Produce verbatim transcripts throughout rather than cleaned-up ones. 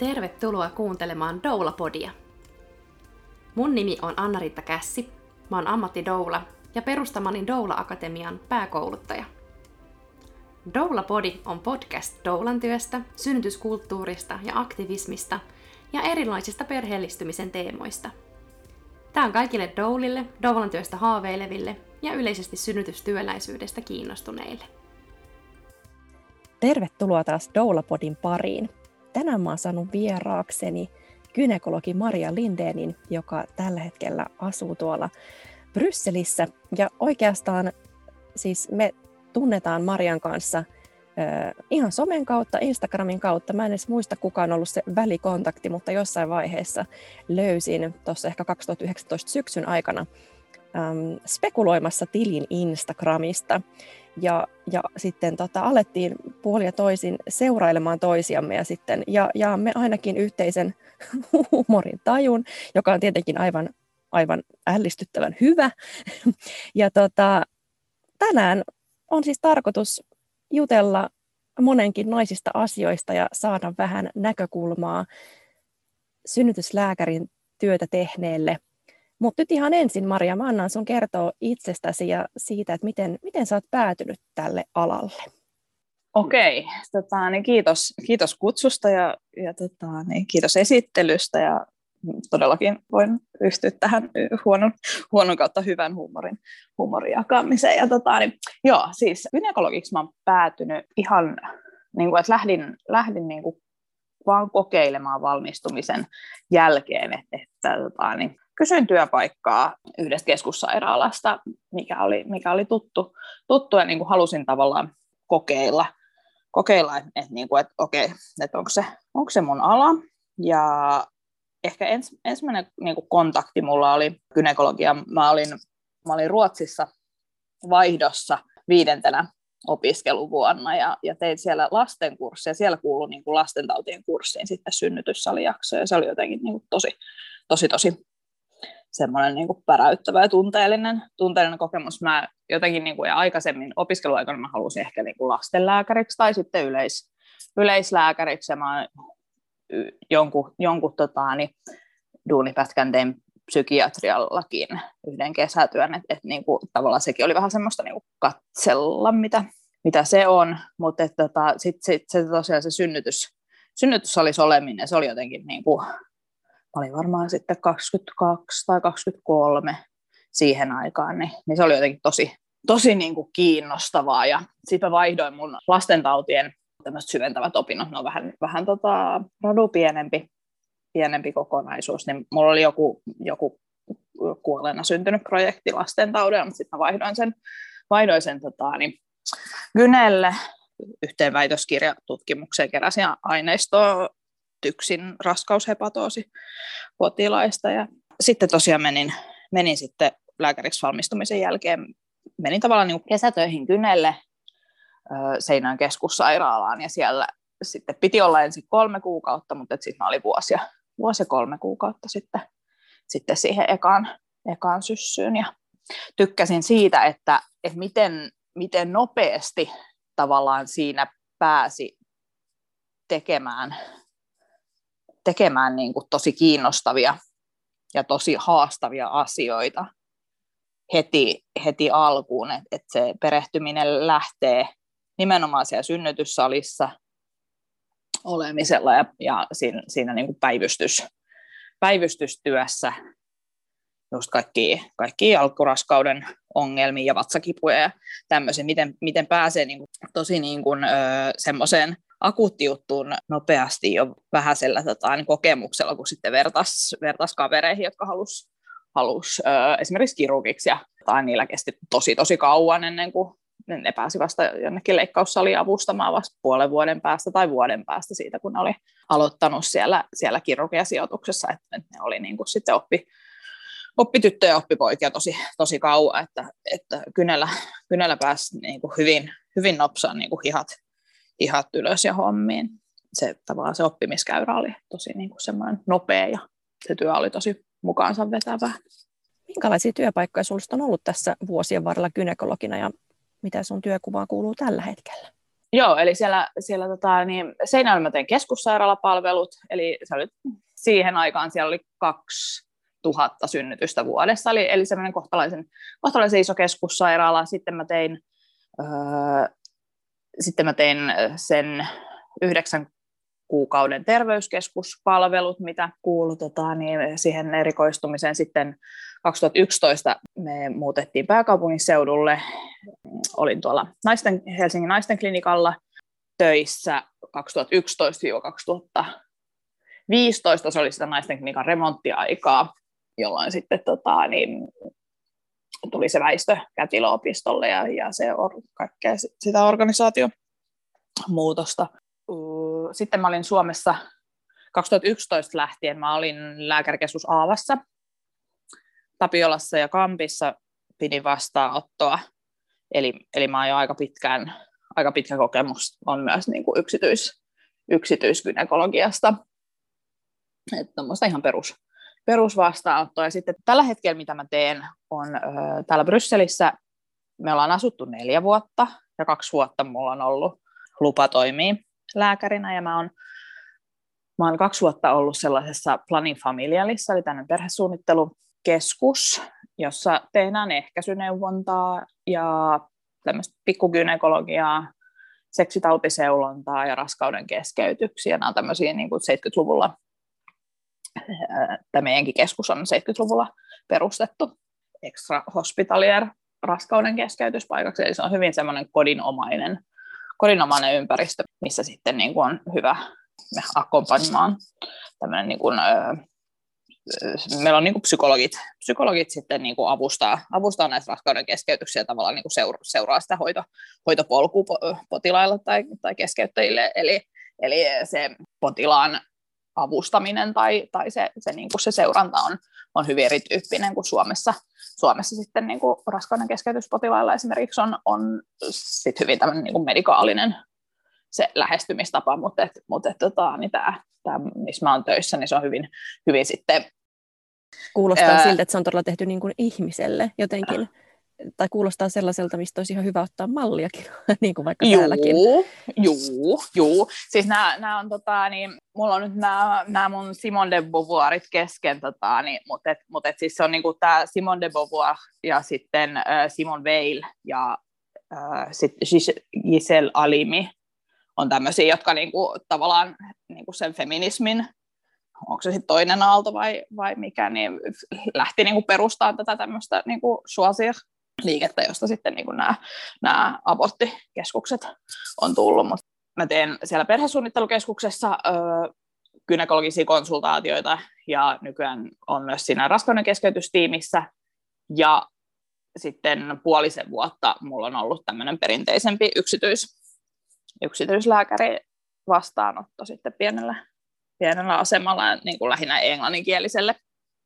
Tervetuloa kuuntelemaan Doula-podia. Mun nimi on Anna-Riitta Kässi, mä oon ammattidoula ja perustamani Doula-akatemian pääkouluttaja. Doula-podi on podcast doulan työstä, synnytyskulttuurista ja aktivismista ja erilaisista perheellistymisen teemoista. Tää on kaikille doulille, doulan työstä haaveileville ja yleisesti synnytystyöläisyydestä kiinnostuneille. Tervetuloa taas Doula-podin pariin. Tänään mä oon saanut vieraakseni gynekologi Maria Lindénin, joka tällä hetkellä asuu tuolla Brysselissä. Ja oikeastaan siis me tunnetaan Marian kanssa äh, ihan somen kautta, Instagramin kautta. Mä en edes muista, kuka on ollut se välikontakti, mutta jossain vaiheessa löysin tuossa ehkä kaksituhattayhdeksäntoista syksyn aikana ähm, spekuloimassa tilin Instagramista. Ja, ja sitten tota, alettiin puolin ja toisin seurailemaan toisiamme ja sitten ja, jaamme ainakin yhteisen huumorin tajun, joka on tietenkin aivan, aivan ällistyttävän hyvä. Ja tota, tänään on siis tarkoitus jutella monenkin naisista asioista ja saada vähän näkökulmaa synnytyslääkärin työtä tehneelle. Mutta nyt ihan ensin, Maria, mä annan sun kertoa itsestäsi ja siitä, että miten, miten sä oot päätynyt tälle alalle. Okei, tota, niin kiitos, kiitos kutsusta ja, ja tota, niin kiitos esittelystä ja todellakin voin yhtyä tähän huonon, huonon kautta hyvän huumorin, huumorin jakamiseen. Ja, tota, niin, joo, siis gynekologiksi mä oon päätynyt ihan, niin kuin, että lähdin, lähdin niin kuin vaan kokeilemaan valmistumisen jälkeen, että, että tota, niin, kysyin työpaikkaa yhdestä keskussairaalasta, mikä oli, mikä oli tuttu, tuttu ja niin kuin halusin tavallaan kokeilla, kokeilla että, että, niin kuin, että okei, että onko se, onko se mun ala. Ja ehkä ens, ensimmäinen niin kuin kontakti mulla oli gynekologia. Mä olin, mä olin Ruotsissa vaihdossa viidentenä opiskeluvuonna ja, ja tein siellä lastenkurssia. Siellä kuului niin kuin lastentautien kurssiin sitten synnytyssalijakso ja se oli jotenkin niin kuin tosi, tosi, tosi semmoinen niin kuin päräyttävä ja tunteellinen, tunteellinen kokemus. Mä jotenkin niin kuin, ja aikaisemmin opiskeluaikana mä halusin ehkä niin kuin lastenlääkäriksi tai sitten yleis, yleislääkäriksi. Ja mä jonkun, jonkun tota, niin, duunipätkän tein psykiatriallakin yhden kesätyön, että et, niin kuin, tavallaan sekin oli vähän semmoista niin kuin katsella, mitä, mitä se on. Mutta tota, sitten sit, se tosiaan se synnytys, synnytyssalissa oleminen, se oli jotenkin niin kuin, mä olin varmaan sitten kaksikymmentäkaksi tai kaksikymmentäkolme siihen aikaan, niin, niin se oli jotenkin tosi, tosi niin kuin kiinnostavaa. Ja sitten mä vaihdoin mun lastentautien tämmöiset syventävät opinnot, ne on vähän, vähän tota, radu pienempi, pienempi kokonaisuus, niin mulla oli joku, joku kuolleena syntynyt projekti lastentaudella, mutta sitten mä vaihdoin sen, vaihdoin sen tota, niin, Gynelle yhteen väitöskirjatutkimukseen, keräsin aineistoa tyksin raskaushepatoosi-potilaista. Ja sitten tosiaan menin, menin sitten lääkäriksi valmistumisen jälkeen, menin tavallaan niin kuin kesätöihin Gynelle Seinäjoen keskussairaalaan ja siellä sitten piti olla ensin kolme kuukautta, mutta sitten mä olin vuosi ja, vuosi ja kolme kuukautta sitten, sitten siihen ekaan, ekaan syssyyn ja tykkäsin siitä, että, että miten, miten nopeasti tavallaan siinä pääsi tekemään tekemään niin kuin tosi kiinnostavia ja tosi haastavia asioita heti, heti alkuun, että et se perehtyminen lähtee nimenomaan siellä synnytyssalissa olemisella ja, ja siinä, siinä niin kuin päivystys, päivystystyössä just kaikki, kaikki alkuraskauden ongelmia ja vatsakipuja ja tämmöisiä, miten, miten pääsee niin kuin tosi niin kuin, ö, semmoiseen akuuttijuttuun nopeasti jo vähäisellä tota, niin kokemuksella, kun sitten vertais, vertais kavereihin, jotka halusi halus, esimerkiksi kirurgiksi. Ja tai niillä kesti tosi tosi kauan ennen kuin ne pääsi vasta jonnekin leikkaussaliin avustamaan vasta puolen vuoden päästä tai vuoden päästä siitä, kun ne oli aloittanut siellä, siellä kirurgiasijoituksessa. Että ne oli niin kuin sitten oppi, oppityttöjä ja oppipoikia tosi, tosi kauan, että, että kynellä, kynellä pääsi niin kuin hyvin, hyvin nopsaan niin kuin hihat hihat ylös ja hommiin. Se, tavallaan se oppimiskäyrä oli tosi niin kuin semmoinen nopea ja se työ oli tosi mukaansa vetävää. Minkälaisia työpaikkoja sinulla on ollut tässä vuosien varrella gynekologina ja mitä sun työkuvaan kuuluu tällä hetkellä? Joo, eli siellä, siellä tota, niin Seinäjoella mä tein keskussairaalapalvelut, eli se oli, siihen aikaan siellä oli kaksituhatta synnytystä vuodessa, eli, eli semmoinen kohtalaisen, kohtalaisen iso keskussairaala. Sitten mä tein, öö, sitten mä tein sen yhdeksän kuukauden terveyskeskuspalvelut, mitä kuului tota, niin siihen erikoistumiseen. Sitten kaksituhattayksitoista me muutettiin pääkaupunkiseudulle. Olin tuolla naisten, Helsingin naisten klinikalla töissä kaksituhattayksitoista kaksituhattaviisitoista. Se oli sitä naisten klinikan remonttiaikaa, jolloin sitten tota, niin, tuli se väistö kätilöopistolle ja, ja se or, kaikkea sitä organisaatiomuutosta. Sitten mä olin Suomessa kaksituhattayksitoista lähtien, mä olin lääkärikeskus Aavassa, Tapiolassa ja Kampissa pidin vastaanottoa, eli, eli mä oon jo aika pitkään, aika pitkä kokemus on myös niin kuin yksityis, yksityisgynekologiasta, että tommoista ihan perus, perusvastaanottoa. Ja sitten tällä hetkellä, mitä mä teen, on ö, täällä Brysselissä, me ollaan asuttu neljä vuotta ja kaksi vuotta mulla on ollut lupa toimia lääkärinä, ja mä oon, mä oon kaksi vuotta ollut sellaisessa Planning Familialissa, eli tämmöinen perhesuunnittelukeskus, jossa tehdään ehkäisyneuvontaa ja tämmöistä pikkugynekologiaa, seksitautiseulontaa ja raskauden keskeytyksiä. Nämä on tämmöisiä niin kuin seitsemänkymmentäluvulla, tämä meidänkin keskus on seitsemänkymmentäluvulla perustettu extra hospitalier raskauden keskeytyspaikaksi, eli se on hyvin semmoinen kodinomainen kodinomainen ympäristö, missä sitten niin kuin on hyvä akkompanimaan tämmöinen niin kuin, öö, meillä on niin kuin psykologit, psykologit sitten niin kuin avustaa, avustaa näistä raskauden keskeytyksiä ja tavallaan niin kuin seura, seuraa sitä hoito, hoitopolkua potilailla tai, tai keskeyttäjille, eli, eli se potilaan avustaminen tai, tai se, se, niin kuin se seuranta on, on hyvin erityyppinen kuin Suomessa. Suomessa sitten niin kuin raskauden keskeytyspotilailla esimerkiksi on, on sit hyvin tämmöinen niin kuin medikaalinen se lähestymistapa, mutta, et, mutta et, tota, niin tämä, tämä, missä mä oon töissä, niin se on hyvin, hyvin sitten... Kuulostaa ää... siltä, että se on todella tehty niin kuin ihmiselle jotenkin, tai kuulostaa sellaiselta, mistä olisi ihan hyvä ottaa malliakin, niin kuin vaikka juu, täälläkin. Juu, juu. Siis nämä, nämä on, tota, niin, mulla on nyt nämä, nämä mun Simone de Beauvoirit kesken, tota, niin, mutta, et, mutta et siis se on niin kuin tämä Simone de Beauvoir ja sitten äh, Simone Weil ja äh, sitten Giselle Halimi on tämmöisiä, jotka niin kuin, tavallaan niin kuin sen feminismin, onko se sitten toinen aalto vai, vai mikä, niin lähti niin kuin perustamaan tätä tämmöistä niin kuin suosio-liikettä, josta sitten niin kuin nämä, nämä aborttikeskukset on tullut. Mut mä teen siellä perhesuunnittelukeskuksessa ö, gynekologisia konsultaatioita ja nykyään on myös siinä raskauden keskeytystiimissä. Ja sitten puolisen vuotta mulla on ollut tämmöinen perinteisempi yksityis, yksityislääkäri vastaanotto sitten pienellä, pienellä asemalla niin kuin lähinnä englanninkieliselle,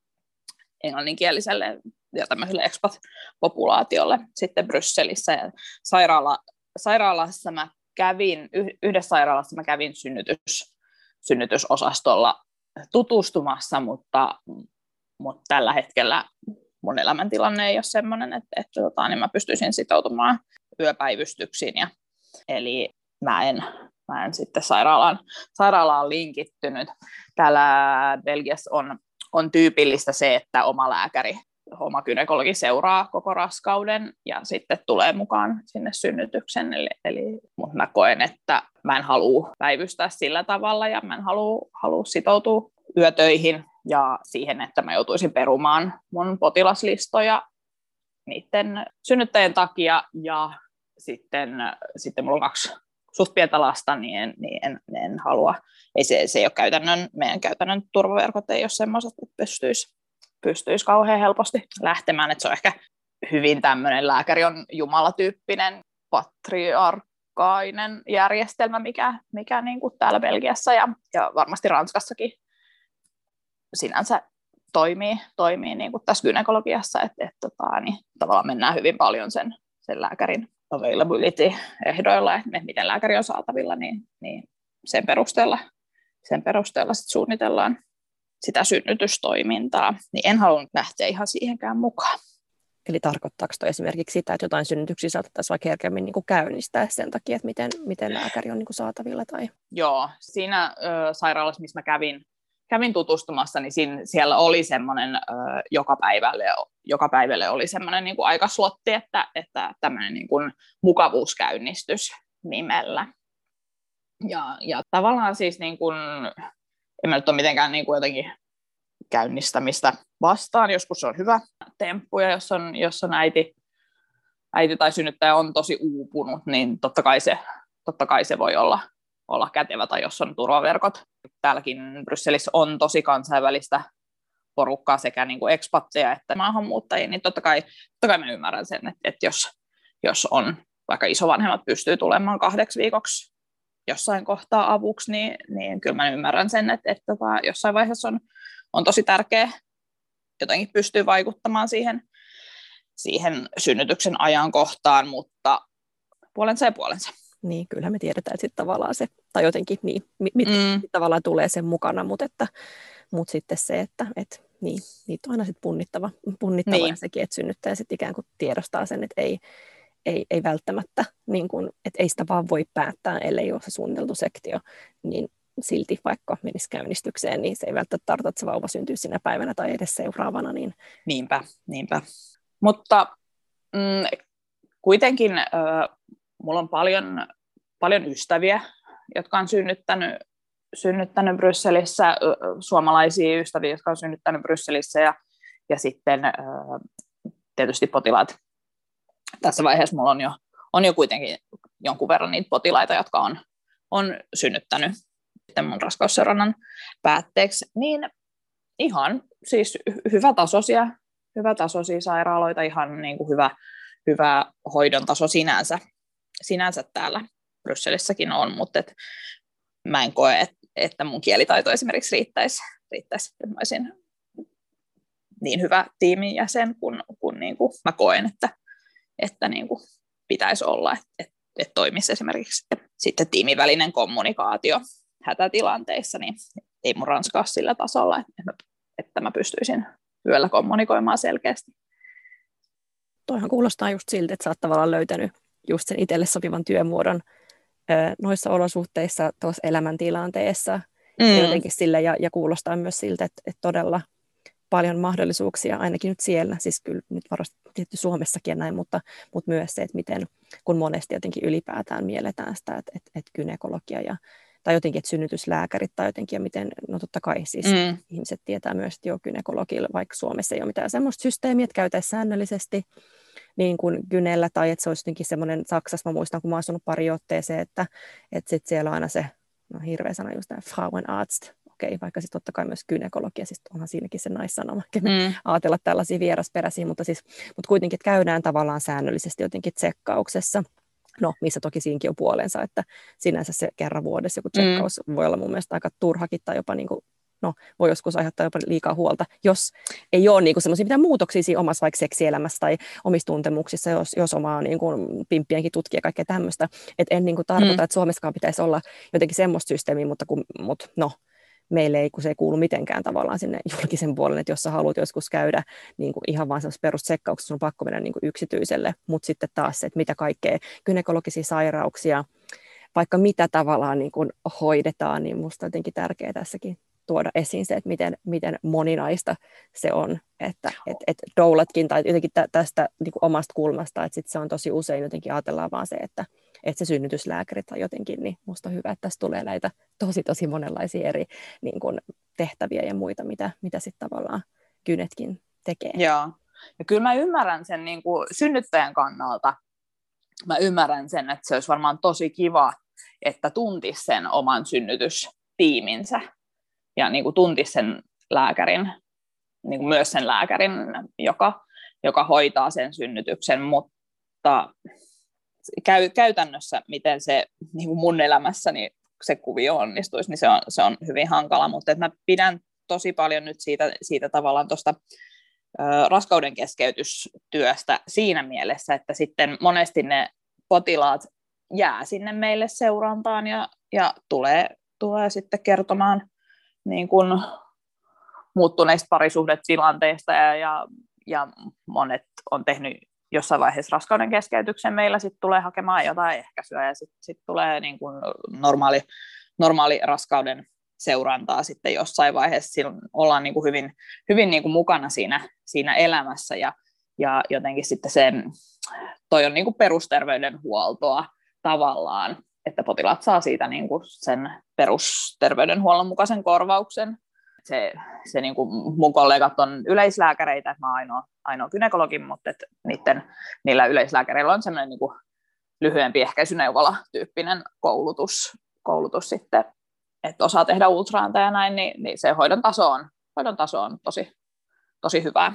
englanninkieliselle ja tämmöiselle expat-populaatiolle sitten Brysselissä. Ja sairaala, sairaalassa mä kävin, yhdessä sairaalassa mä kävin synnytys, synnytysosastolla tutustumassa, mutta, mutta tällä hetkellä mun elämäntilanne ei ole sellainen, että, että tota, niin mä pystyisin sitoutumaan yöpäivystyksiin. Ja, eli mä en, mä en sitten sairaalaan, sairaalaan linkittynyt. Täällä Belgiassa on, on tyypillistä se, että oma lääkäri, oma gynekologi seuraa koko raskauden ja sitten tulee mukaan sinne synnytyksen. Eli, eli mutta mä koen, että mä en halua päivystää sillä tavalla ja mä en halua, halua sitoutua yötöihin ja siihen, että mä joutuisin perumaan mun potilaslistoja niiden synnyttäjien takia. Ja sitten, sitten mulla on kaksi suht pientä lasta, niin en, niin en, en halua. Ei se, se ei ole käytännön, meidän käytännön turvaverkot ei ole semmoiset, että pystyisi, pystyisi kauhean helposti lähtemään. Että se on ehkä hyvin tämmöinen lääkäri on jumalatyyppinen, patriarkainen järjestelmä, mikä, mikä niin kuin täällä Belgiassa ja, ja varmasti Ranskassakin sinänsä toimii, toimii niin kuin tässä gynekologiassa, että et, tota, niin tavallaan mennään hyvin paljon sen, sen lääkärin availability-ehdoilla, että miten lääkäri on saatavilla, niin, niin sen perusteella, sen perusteella sit suunnitellaan sitä synnytystoimintaa, niin en halunnut lähteä ihan siihenkään mukaan. Eli tarkoittaako toi esimerkiksi sitä, että jotain synnytyksiä saatettaisiin vaikka herkemmin niin kuin käynnistää sen takia, että miten, miten lääkäri on niin kuin saatavilla? Tai... Joo, siinä ö, sairaalassa, missä mä kävin, kävin tutustumassa, niin siinä, siellä oli semmoinen ö, joka päivälle, joka päivälle oli semmoinen niin kuin aikaslotti, että, että tämmöinen niin kuin mukavuuskäynnistys nimellä. Ja, ja tavallaan siis niin kuin, en mä nyt ole mitenkään niin kuin jotenkin käynnistämistä vastaan. Joskus se on hyvä temppu, ja jos on, jos on äiti, äiti tai synnyttäjä on tosi uupunut, niin totta kai se, totta kai se voi olla, olla kätevä, tai jos on turvaverkot. Täälläkin Brysselissä on tosi kansainvälistä porukkaa, sekä niin kuin expatteja että maahanmuuttajia, niin totta kai, totta kai mä ymmärrän sen, että, että jos, jos on vaikka isovanhemmat pystyy tulemaan kahdeksi viikoksi jossain kohtaa avuksi, niin, niin kyllä mä ymmärrän sen, että, että, että jossain vaiheessa on, on tosi tärkeää jotenkin pystyy vaikuttamaan siihen, siihen synnytyksen ajankohtaan, mutta puolensa ja puolensa. Niin, kyllähän me tiedetään, että sitten tavallaan se, tai jotenkin niin, mitkä mm. tavallaan tulee sen mukana, mutta, että, mutta sitten se, että et, niin, niitä on aina sitten punnittava, punnittava niin. Sekin, että synnyttäjä sitten ikään kuin tiedostaa sen, että ei, ei, ei välttämättä, niin kuin, että ei sitä vaan voi päättää, ellei ole se suunniteltu sektio, niin silti vaikka menisi käynnistykseen, niin se ei välttämättä tarkoita, että se vauva syntyy sinä päivänä tai edes seuraavana. Niin... Niinpä, niinpä. Mutta mm, kuitenkin äh, mulla on paljon, paljon ystäviä, jotka on synnyttänyt, synnyttänyt Brysselissä, äh, suomalaisia ystäviä, jotka on synnyttänyt Brysselissä, ja, ja sitten äh, tietysti potilaat. Tässä vaiheessa mulla on jo, on jo kuitenkin jonkun verran niitä potilaita, jotka on, on synnyttänyt sitten mun raskausseurannan päätteeksi, niin ihan siis hyvä tasoisia, hyvä tasoisia sairaaloita, ihan niin kuin hyvä, hyvä hoidon taso sinänsä, sinänsä täällä Brysselissäkin on, mutta et mä en koe, että, että mun kielitaito esimerkiksi riittäisi, riittäisi että mä olisin niin hyvä tiimin jäsen, kun, kun niin kuin mä koen, että, että niin kuin pitäisi olla, että, että, että toimisi esimerkiksi sitten tiimin välinen kommunikaatio hätätilanteissa, niin ei mun ranska ole sillä tasolla, että mä, että mä pystyisin yöllä kommunikoimaan selkeästi. Toihan kuulostaa just siltä, että sä oot tavallaan löytänyt just sen itselle sopivan työmuodon ö, noissa olosuhteissa, tuossa elämäntilanteessa. Mm. Ja jotenkin sille, ja, ja kuulostaa myös siltä, että, että todella paljon mahdollisuuksia, ainakin nyt siellä, siis kyllä nyt varmasti tietty Suomessakin ja näin, mutta, mutta myös se, että miten, kun monesti jotenkin ylipäätään mielletään sitä, että, että, että gynekologia ja tai jotenkin, että synnytyslääkärit tai jotenkin, ja miten, no totta kai siis mm. ihmiset tietää myös, että joo, gynekologilla, vaikka Suomessa ei ole mitään semmoista systeemiä, että käytäisiin säännöllisesti niin kuin gynellä, tai että se olisi jotenkin semmoinen, Saksassa mä muistan, kun mä oon asunut pari otteeseen, että, että sitten siellä on aina se, no hirveä sana just tämä Frauenarzt, okei, vaikka sitten totta kai myös gynekologia, siis onhan siinäkin se naissanoma, mm. ajatella tällaisia vierasperäisiä, mutta siis, mutta kuitenkin, että käydään tavallaan säännöllisesti jotenkin tsekkauksessa. No, missä toki siinäkin on puolensa, että sinänsä se kerran vuodessa joku tsekkaus mm. voi olla mun mielestä aika turhakin tai jopa niin kuin, no, voi joskus aiheuttaa jopa liikaa huolta, jos ei ole niin kuin semmoisia mitään muutoksia siinä omassa vaikka seksielämässä tai omissa tuntemuksissa, jos, jos omaa niin kuin pimppienkin tutkia ja kaikkea tämmöistä. Että en niin kuin tarkoita, mm. että Suomessakaan pitäisi olla jotenkin semmoista systeemiä, mutta, kun, mutta no, meille ei, kun se ei kuulu mitenkään tavallaan sinne julkisen puolelle, että jos sä haluat joskus käydä niin kuin ihan vaan semmoisessa perustsekkauksessa, sun on pakko mennä niin kuin yksityiselle, mutta sitten taas se, että mitä kaikkea gynekologisia sairauksia, vaikka mitä tavallaan niin kuin hoidetaan, niin musta on jotenkin tärkeää tässäkin tuoda esiin se, että miten, miten moninaista se on, että et, et doulatkin tai jotenkin tä, tästä niin kuin omasta kulmasta, että sit se on tosi usein jotenkin ajatellaan vaan se, että että se synnytyslääkäri tai jotenkin, niin musta on hyvä, että tässä tulee näitä tosi tosi monenlaisia eri niin kuin tehtäviä ja muita, mitä, mitä sitten tavallaan gynetkin tekee. Joo, ja kyllä mä ymmärrän sen niin kuin synnyttäjän kannalta, mä ymmärrän sen, että se olisi varmaan tosi kiva, että tuntisi sen oman synnytystiiminsä ja niin kuin tuntisi sen lääkärin, niin kuin myös sen lääkärin, joka, joka hoitaa sen synnytyksen, mutta käy, käytännössä, miten se niin kuin mun elämässäni se kuvio onnistuisi, niin se on, se on hyvin hankala, mutta että mä pidän tosi paljon nyt siitä, siitä tavallaan tuosta raskauden keskeytystyöstä siinä mielessä, että sitten monesti ne potilaat jää sinne meille seurantaan ja, ja tulee, tulee sitten kertomaan niin kuin muuttuneista parisuhdetilanteista ja, ja, ja monet on tehnyt jossain vaiheessa raskauden keskeytyksen meillä, sitten tulee hakemaan jotain ehkäisyä ja sitten sit tulee niin kuin normaali, normaali raskauden seurantaa sitten jossain vaiheessa. Silloin ollaan niin kuin hyvin, hyvin niin kuin mukana siinä, siinä elämässä ja, ja jotenkin sitten se, toi on niin kuin perusterveydenhuoltoa tavallaan, että potilaat saa siitä niin kuin sen perusterveydenhuollon mukaisen korvauksen. Se, se niin kuin mun kollegat on yleislääkäreitä, että mä oon ainoa, ainoa gynekologi, mutta että niiden, niillä yleislääkäreillä on semmoinen niin kuin lyhyempi ehkäisyneuvola-tyyppinen koulutus, koulutus sitten, että osaa tehdä ultraääntä ja näin, niin, niin se hoidon taso on, hoidon taso on tosi, tosi hyvää.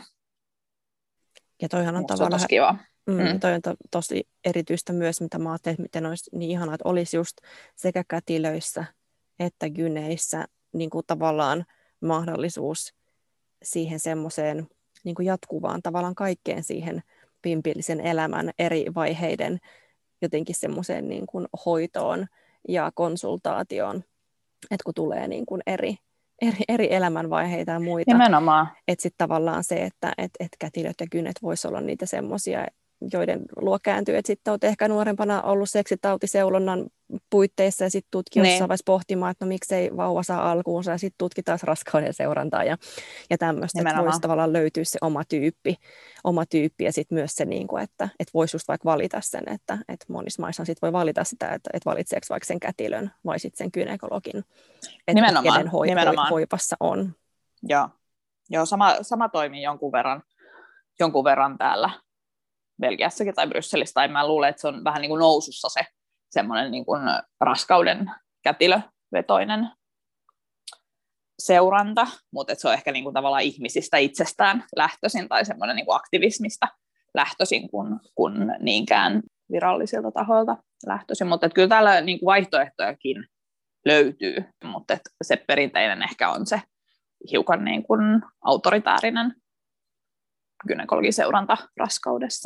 Ja toihan on Musta tavallaan... tosi kiva. Mm, Mm. toi on to, tosi erityistä myös, mitä mä ajattelin, että miten olisi niin ihanaa, että olisi just sekä kätilöissä että gyneissä niin kuin tavallaan mahdollisuus siihen semmoiseen niin kuin jatkuvaan tavallaan kaikkeen siihen pimpillisen elämän eri vaiheiden jotenkin semmoiseen niin kuin hoitoon ja konsultaatioon, että kun tulee niin kuin eri, eri, eri elämänvaiheita ja muita. Nimenomaan. Että sitten tavallaan se, että et, et kätilöt ja gynet voisi olla niitä semmoisia, joiden luo kääntyy, että sitten olet ehkä nuorempana ollut seksitautiseulonnan puitteissa ja sitten tutki niin. jossain vaiheessa pohtimaan, että no miksei vauva saa alkuunsa ja sitten tutkitaan raskauden seurantaa ja, ja tämmöistä, että voisi tavallaan löytyä se oma tyyppi, oma tyyppi ja sitten myös se, niin kuin, että, että voisi just vaikka valita sen, että, että monissa maissa sit voi valita sitä, että, että valitseeko vaikka sen kätilön vai sitten sen gynekologin, että kenen hoi, hoi, hoipassa on. Joo, Joo sama, sama toimii jonkun verran, jonkun verran täällä Belgiassakin tai Brysselissä, tai mä luulen, että se on vähän niin kuin nousussa se semmoinen niin kuin raskauden kätilövetoinen seuranta, mutta se on ehkä niin kuin tavallaan ihmisistä itsestään lähtöisin tai semmoinen niin kuin aktivismista lähtöisin kuin, kuin niinkään virallisilta tahoilta lähtöisin, mutta kyllä täällä niin kuin vaihtoehtojakin löytyy, mutta se perinteinen ehkä on se hiukan niin kuin autoritäärinen gynekologiseuranta raskaudessa.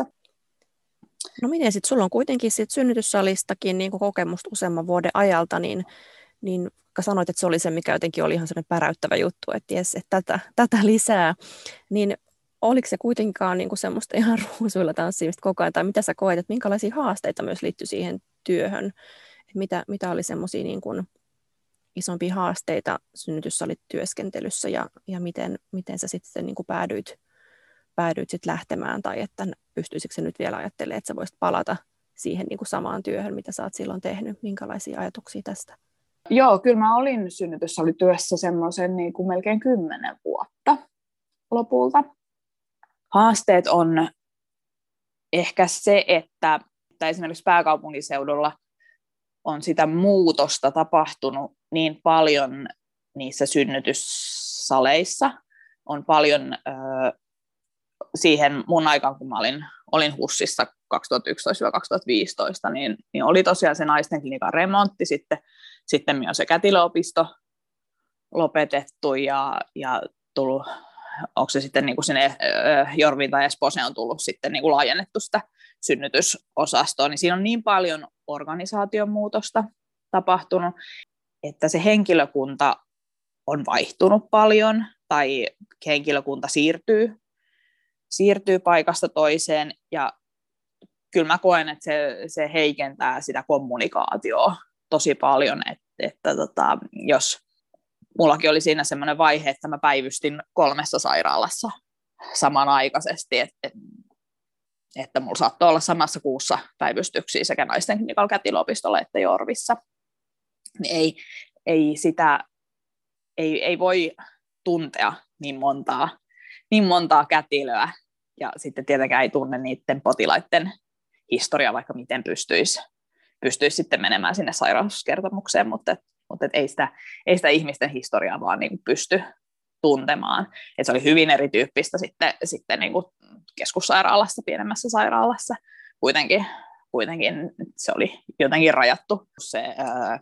No miten sitten, sulla on kuitenkin sit synnytyssalistakin niin kokemusta useamman vuoden ajalta, niin, niin sanoit, että se oli se, mikä jotenkin oli ihan sellainen päräyttävä juttu, että jes, että tätä, tätä lisää, niin oliko se kuitenkaan niin semmoista ihan ruusuilla tanssimista koko ajan, tai mitä sä koet, että minkälaisia haasteita myös liittyi siihen työhön, että mitä, mitä oli semmoisia niin kuin isompia haasteita synnytyssalityöskentelyssä, ja, ja miten, miten sä sitten niin kuin päädyit päädyit sitten lähtemään, tai että pystyisikö se nyt vielä ajattelemaan, että sä voisit palata siihen niin kuin samaan työhön, mitä sä oot silloin tehnyt? Minkälaisia ajatuksia tästä? Joo, kyllä mä olin synnytyssalityössä semmoisen niin kuin melkein kymmenen vuotta lopulta. Haasteet on ehkä se, että, että esimerkiksi pääkaupunkiseudulla on sitä muutosta tapahtunut niin paljon niissä synnytyssaleissa, on paljon ö, siihen mun aikaan, kun mä olin, olin HUSissa kaksituhattayksitoista kaksituhattaviisitoista, niin, niin oli tosiaan se naisten klinikan remontti, sitten, sitten myös se kätilöopisto lopetettu ja, ja tullut, onko se sitten niin kuin sinne Jorviin tai Espooseen on tullut sitten niin kuin laajennettu sitä synnytysosastoa, niin siinä on niin paljon organisaation muutosta tapahtunut, että se henkilökunta on vaihtunut paljon tai henkilökunta siirtyy siirtyy paikasta toiseen, ja kyllä mä koen, että se, se heikentää sitä kommunikaatioa tosi paljon, että, että tota, jos mullakin oli siinä semmoinen vaihe, että mä päivystin kolmessa sairaalassa samanaikaisesti, että, että, että mulla saattoi olla samassa kuussa päivystyksiä sekä naisten klinikalla kätilöopistolla että Jorvissa, niin ei, ei sitä, ei, ei voi tuntea niin montaa niin montaa kätilöä, ja sitten tietenkään ei tunne niiden potilaiden historiaa, vaikka miten pystyisi, pystyisi sitten menemään sinne sairauskertomukseen, mutta, mutta et ei, sitä, ei sitä ihmisten historiaa vaan niin kuin pysty tuntemaan. Et se oli hyvin erityyppistä sitten, sitten niin kuin keskussairaalassa, pienemmässä sairaalassa. Kuitenkin, kuitenkin se oli jotenkin rajattu se ää,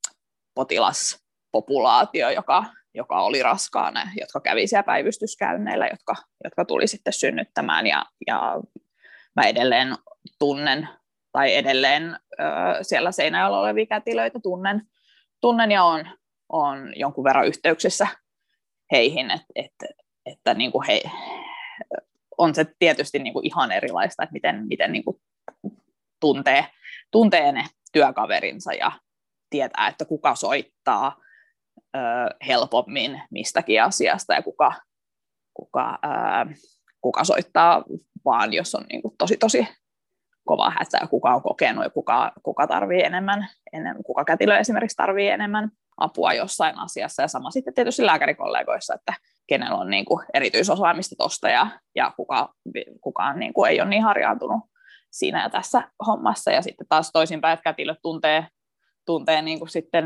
potilaspopulaatio, joka joka oli raskaana, jotka kävi siellä päivystyskäynneillä, jotka, jotka tuli sitten synnyttämään, ja, ja mä edelleen tunnen, tai edelleen ö, siellä Seinäjoella olevia kätilöitä tunnen, tunnen ja on, on jonkun verran yhteyksissä heihin, et, et, että niin kuin he on se tietysti niin kuin ihan erilaista, että miten, miten niin kuin tuntee, tuntee ne työkaverinsa ja tietää, että kuka soittaa ö, helpommin mistäkin asiasta ja kuka, kuka, ö, kuka soittaa vaan, jos on niin kuin tosi tosi kova hätä ja kuka on kokenut ja kuka, kuka tarvii enemmän, enemmän, kuka kätilö esimerkiksi tarvii enemmän apua jossain asiassa ja sama sitten tietysti lääkärikollegoissa, että kenellä on niin kuin erityisosaamista tuosta ja, ja kuka, kukaan niin kuin ei ole niin harjaantunut siinä ja tässä hommassa ja sitten taas toisinpäin, että kätilöt tuntee, tuntee niin kuin sitten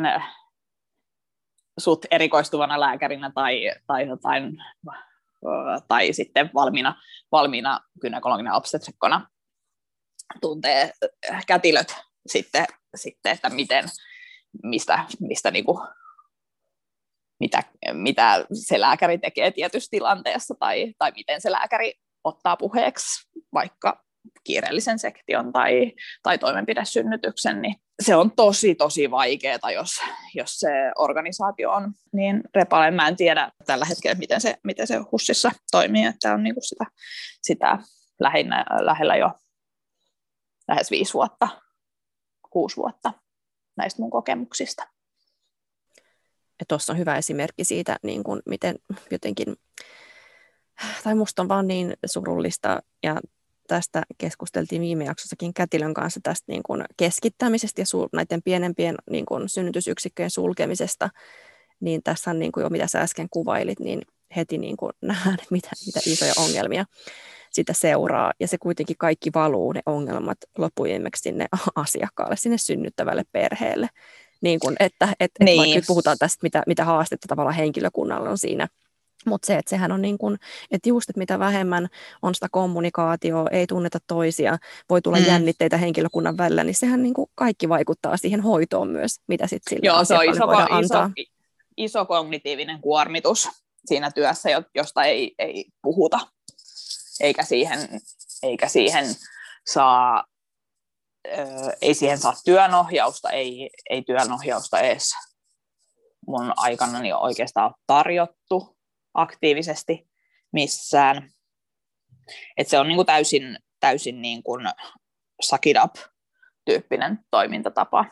sut erikoistuvana lääkärinä tai, tai, jotain, tai sitten valmiina, valmiina gynekologina obstetrikkona tuntee kätilöt sitten, sitten että miten, mistä, mistä niin kuin, mitä, mitä se lääkäri tekee tietyssä tilanteessa tai, tai miten se lääkäri ottaa puheeksi vaikka kiireellisen sektion tai, tai toimenpidesynnytyksen, niin se on tosi, tosi vaikeaa, jos, jos se organisaatio on niin repale. Mä en tiedä tällä hetkellä, miten se, miten se HUSissa toimii, että on niin kuin sitä, sitä lähinnä, lähellä jo lähes viisi vuotta, kuusi vuotta näistä mun kokemuksista. Tuossa on hyvä esimerkki siitä, niin kuin miten jotenkin, tai musta on vaan niin surullista, ja tästä keskusteltiin viime jaksossakin kätilön kanssa tästä niin kuin keskittämisestä ja su- näiden pienempien niin kuin synnytysyksikköjen sulkemisesta, niin tässä on niin kuin jo mitä sä äsken kuvailit, niin heti niin kuin nähdään, mitä, mitä isoja ongelmia sitä seuraa, ja se kuitenkin kaikki valuu ne ongelmat loppuviimeksi sinne asiakkaalle, sinne synnyttävälle perheelle. Niin kuin, että, että niin. Vaikka nyt puhutaan tästä, mitä, mitä haastetta tavallaan henkilökunnalla on siinä, mutta se, että sehän on niin kuin, että just, että mitä vähemmän on sitä kommunikaatioa, ei tunneta toisia, voi tulla mm. jännitteitä henkilökunnan välillä, niin sehän niin kuin kaikki vaikuttaa siihen hoitoon myös, mitä sitten sille Joo, se on iso, voidaan antaa. Iso, iso kognitiivinen kuormitus siinä työssä, josta ei, ei puhuta, eikä siihen, eikä siihen saa ei siihen saa työnohjausta, ei, ei työnohjausta edes mun aikanani oikeastaan tarjottu aktiivisesti missään. Et se on niinku täysin, täysin niinku suck it up -tyyppinen toimintatapa.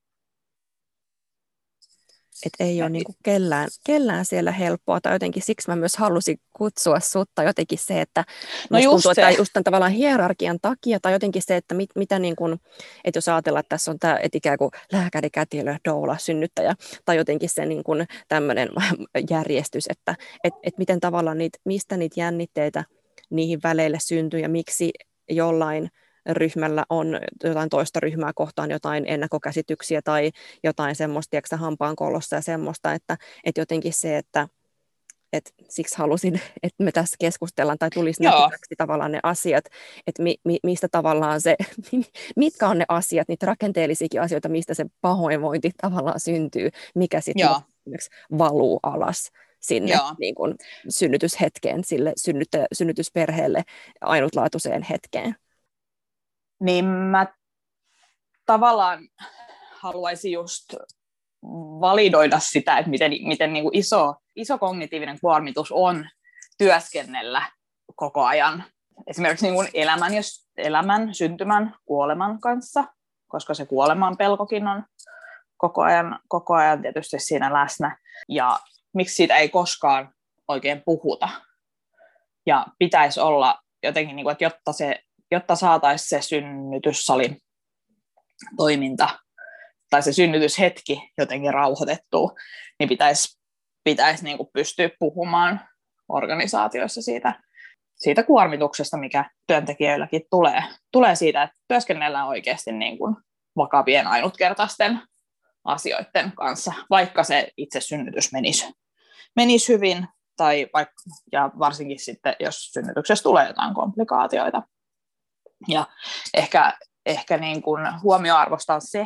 Että ei ole niinku kellään, kellään siellä helppoa, tai jotenkin siksi mä myös halusin kutsua sut, tai jotenkin se, että no musta tuntuu, se. että just tämän tavallaan hierarkian takia, tai jotenkin se, että mit, mitä niin kuin, että jos ajatellaan, että tässä on tämä, että ikään kuin lääkäri, kätilö, doula, synnyttäjä, tai jotenkin se niin kuin tämmöinen järjestys, että et, et miten tavallaan niitä, mistä niitä jännitteitä niihin väleille syntyy, ja miksi jollain ryhmällä on jotain toista ryhmää kohtaan jotain ennakkokäsityksiä tai jotain semmoista, tiedätkö, hampaankolossa ja semmoista, että, että jotenkin se, että, että siksi halusin, että me tässä keskustellaan tai tulisi näkyväksi tavallaan ne asiat, että mi, mi, mistä tavallaan se, mitkä on ne asiat, niitä rakenteellisiakin asioita, mistä se pahoinvointi tavallaan syntyy, mikä sitten valuu alas sinne niin kuin synnytyshetkeen, sille synnyttä, synnytysperheelle ainutlaatuiseen hetkeen. Niin mä tavallaan haluaisin just validoida sitä, että miten, miten niin kuin iso, iso kognitiivinen kuormitus on työskennellä koko ajan. Esimerkiksi niin kuin elämän, jos elämän, syntymän, kuoleman kanssa, koska se kuoleman pelkokin on koko ajan, koko ajan tietysti siinä läsnä. Ja miksi siitä ei koskaan oikein puhuta. Ja pitäisi olla jotenkin, niin kuin, että jotta se jotta saataisiin se synnytyssalin toiminta tai se synnytyshetki jotenkin rauhoitettua, niin pitäisi, pitäisi niin kuin pystyä puhumaan organisaatioissa siitä, siitä kuormituksesta, mikä työntekijöilläkin tulee. Tulee siitä, että työskennellään oikeasti niin kuin vakavien ainutkertaisten asioiden kanssa, vaikka se itse synnytys menisi, menisi hyvin, tai vaikka, ja varsinkin sitten, jos synnytyksessä tulee jotain komplikaatioita. Ja ehkä, ehkä niin kuin huomioarvosta on se,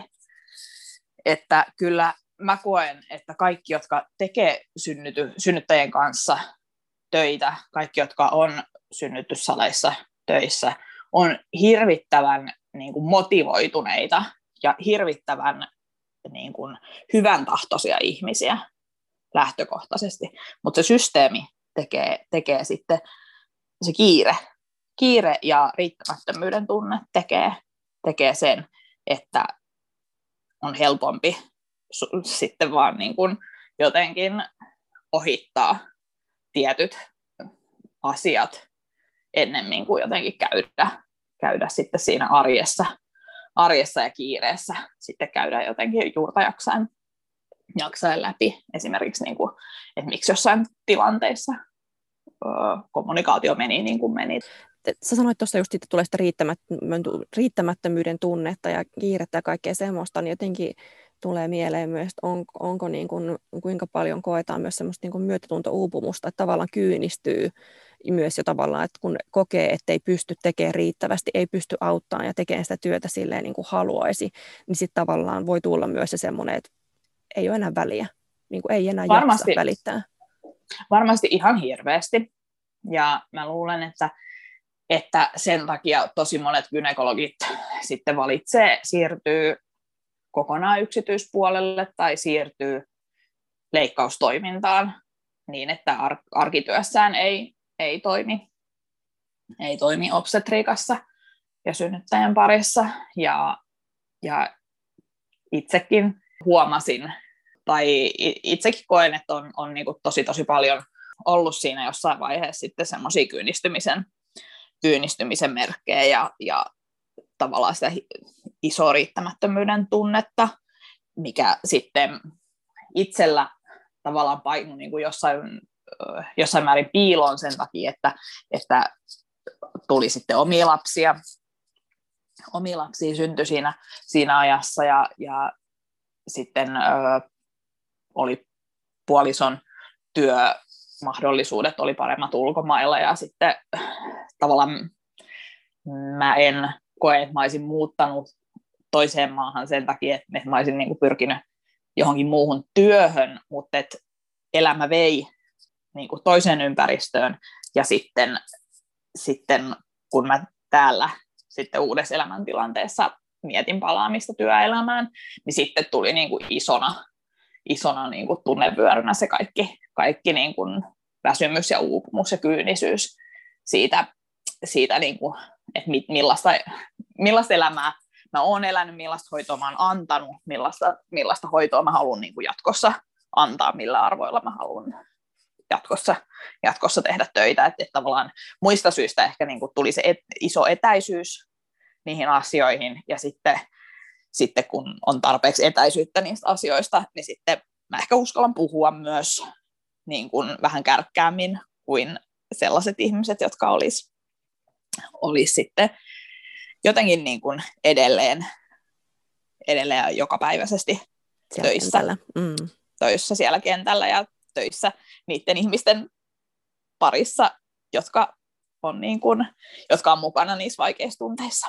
että kyllä mä koen, että kaikki, jotka tekee synnyty, synnyttäjien kanssa töitä, kaikki, jotka on synnytyssaleissa töissä, on hirvittävän niin kuin motivoituneita ja hirvittävän niin kuin hyvän tahtoisia ihmisiä lähtökohtaisesti. Mutta se systeemi tekee, tekee sitten, se kiire kiire ja riittämättömyyden tunne tekee, tekee sen, että on helpompi su- sitten vaan niin kuin jotenkin ohittaa tietyt asiat ennemmin kuin jotenkin käydä, käydä sitten siinä arjessa, arjessa ja kiireessä sitten käydä jotenkin juurta jaksain, jaksain läpi. Esimerkiksi, niin kuin, että miksi jossain tilanteissa ö, kommunikaatio meni niin kuin meni. Sä sanoit tuossa just, että tulee sitä riittämättömyyden tunnetta ja kiirettä ja kaikkea semmoista, niin jotenkin tulee mieleen myös, että on, onko niin kuin, kuinka paljon koetaan myös semmoista niin kuin myötätunto-uupumusta, että tavallaan kyynistyy myös jo tavallaan, että kun kokee, että ei pysty tekemään riittävästi, ei pysty auttamaan ja tekemään sitä työtä silleen niin kuin haluaisi, niin sitten tavallaan voi tulla myös se semmoinen, että ei ole enää väliä, niin kuin ei enää varmasti, jaksa välittää. Varmasti ihan hirveästi, ja mä luulen, että että sen takia tosi monet gynekologit sitten valitsee, siirtyy kokonaan yksityispuolelle tai siirtyy leikkaustoimintaan niin, että ar- arkityössään ei, ei, toimi, ei toimi obstetriikassa ja synnyttäjän parissa. Ja, ja itsekin huomasin, tai itsekin koen, että on, on niin kuin tosi tosi paljon ollut siinä jossain vaiheessa sitten semmoisia kyynistymisen kyynistymisen merkkejä ja, ja tavallaan sitä isoa riittämättömyyden tunnetta, mikä sitten itsellä tavallaan painui niin kuin jossain, jossain määrin piiloon sen takia, että, että tuli sitten omia lapsia. Omia lapsia syntyi siinä, siinä ajassa ja, ja sitten ö, oli puolison työmahdollisuudet oli paremmat ulkomailla ja sitten tavallaan mä en koe, että mä olisin muuttanut toiseen maahan sen takia, että mä olisin niin kuin pyrkinyt johonkin muuhun työhön, mutta että elämä vei niin kuin toiseen ympäristöön ja sitten, sitten kun mä täällä sitten uudessa elämäntilanteessa mietin palaamista työelämään, niin sitten tuli niin kuin isona, isona niin kuin tunnevyörynä se kaikki, kaikki niin kuin väsymys ja uupumus ja kyynisyys siitä, siitä niin kuin, että millaista, millaista elämää mä oon elänyt, millaista hoitoa mä oon antanut, millaista, millaista hoitoa mä haluan niin kuin jatkossa antaa, millä arvoilla mä haluan jatkossa, jatkossa tehdä töitä. Että, että tavallaan muista syistä ehkä niin kuin tuli se et, iso etäisyys niihin asioihin, ja sitten, sitten kun on tarpeeksi etäisyyttä niistä asioista, niin sitten mä ehkä uskallan puhua myös niin kuin vähän kärkkäämmin kuin sellaiset ihmiset, jotka olisi olis sitten jotenkin niin kuin edelleen, edelleen jokapäiväisesti siellä töissä, mm. töissä siellä kentällä ja töissä niiden ihmisten parissa, jotka on, niin kuin, jotka on mukana niissä vaikeissa tunteissa.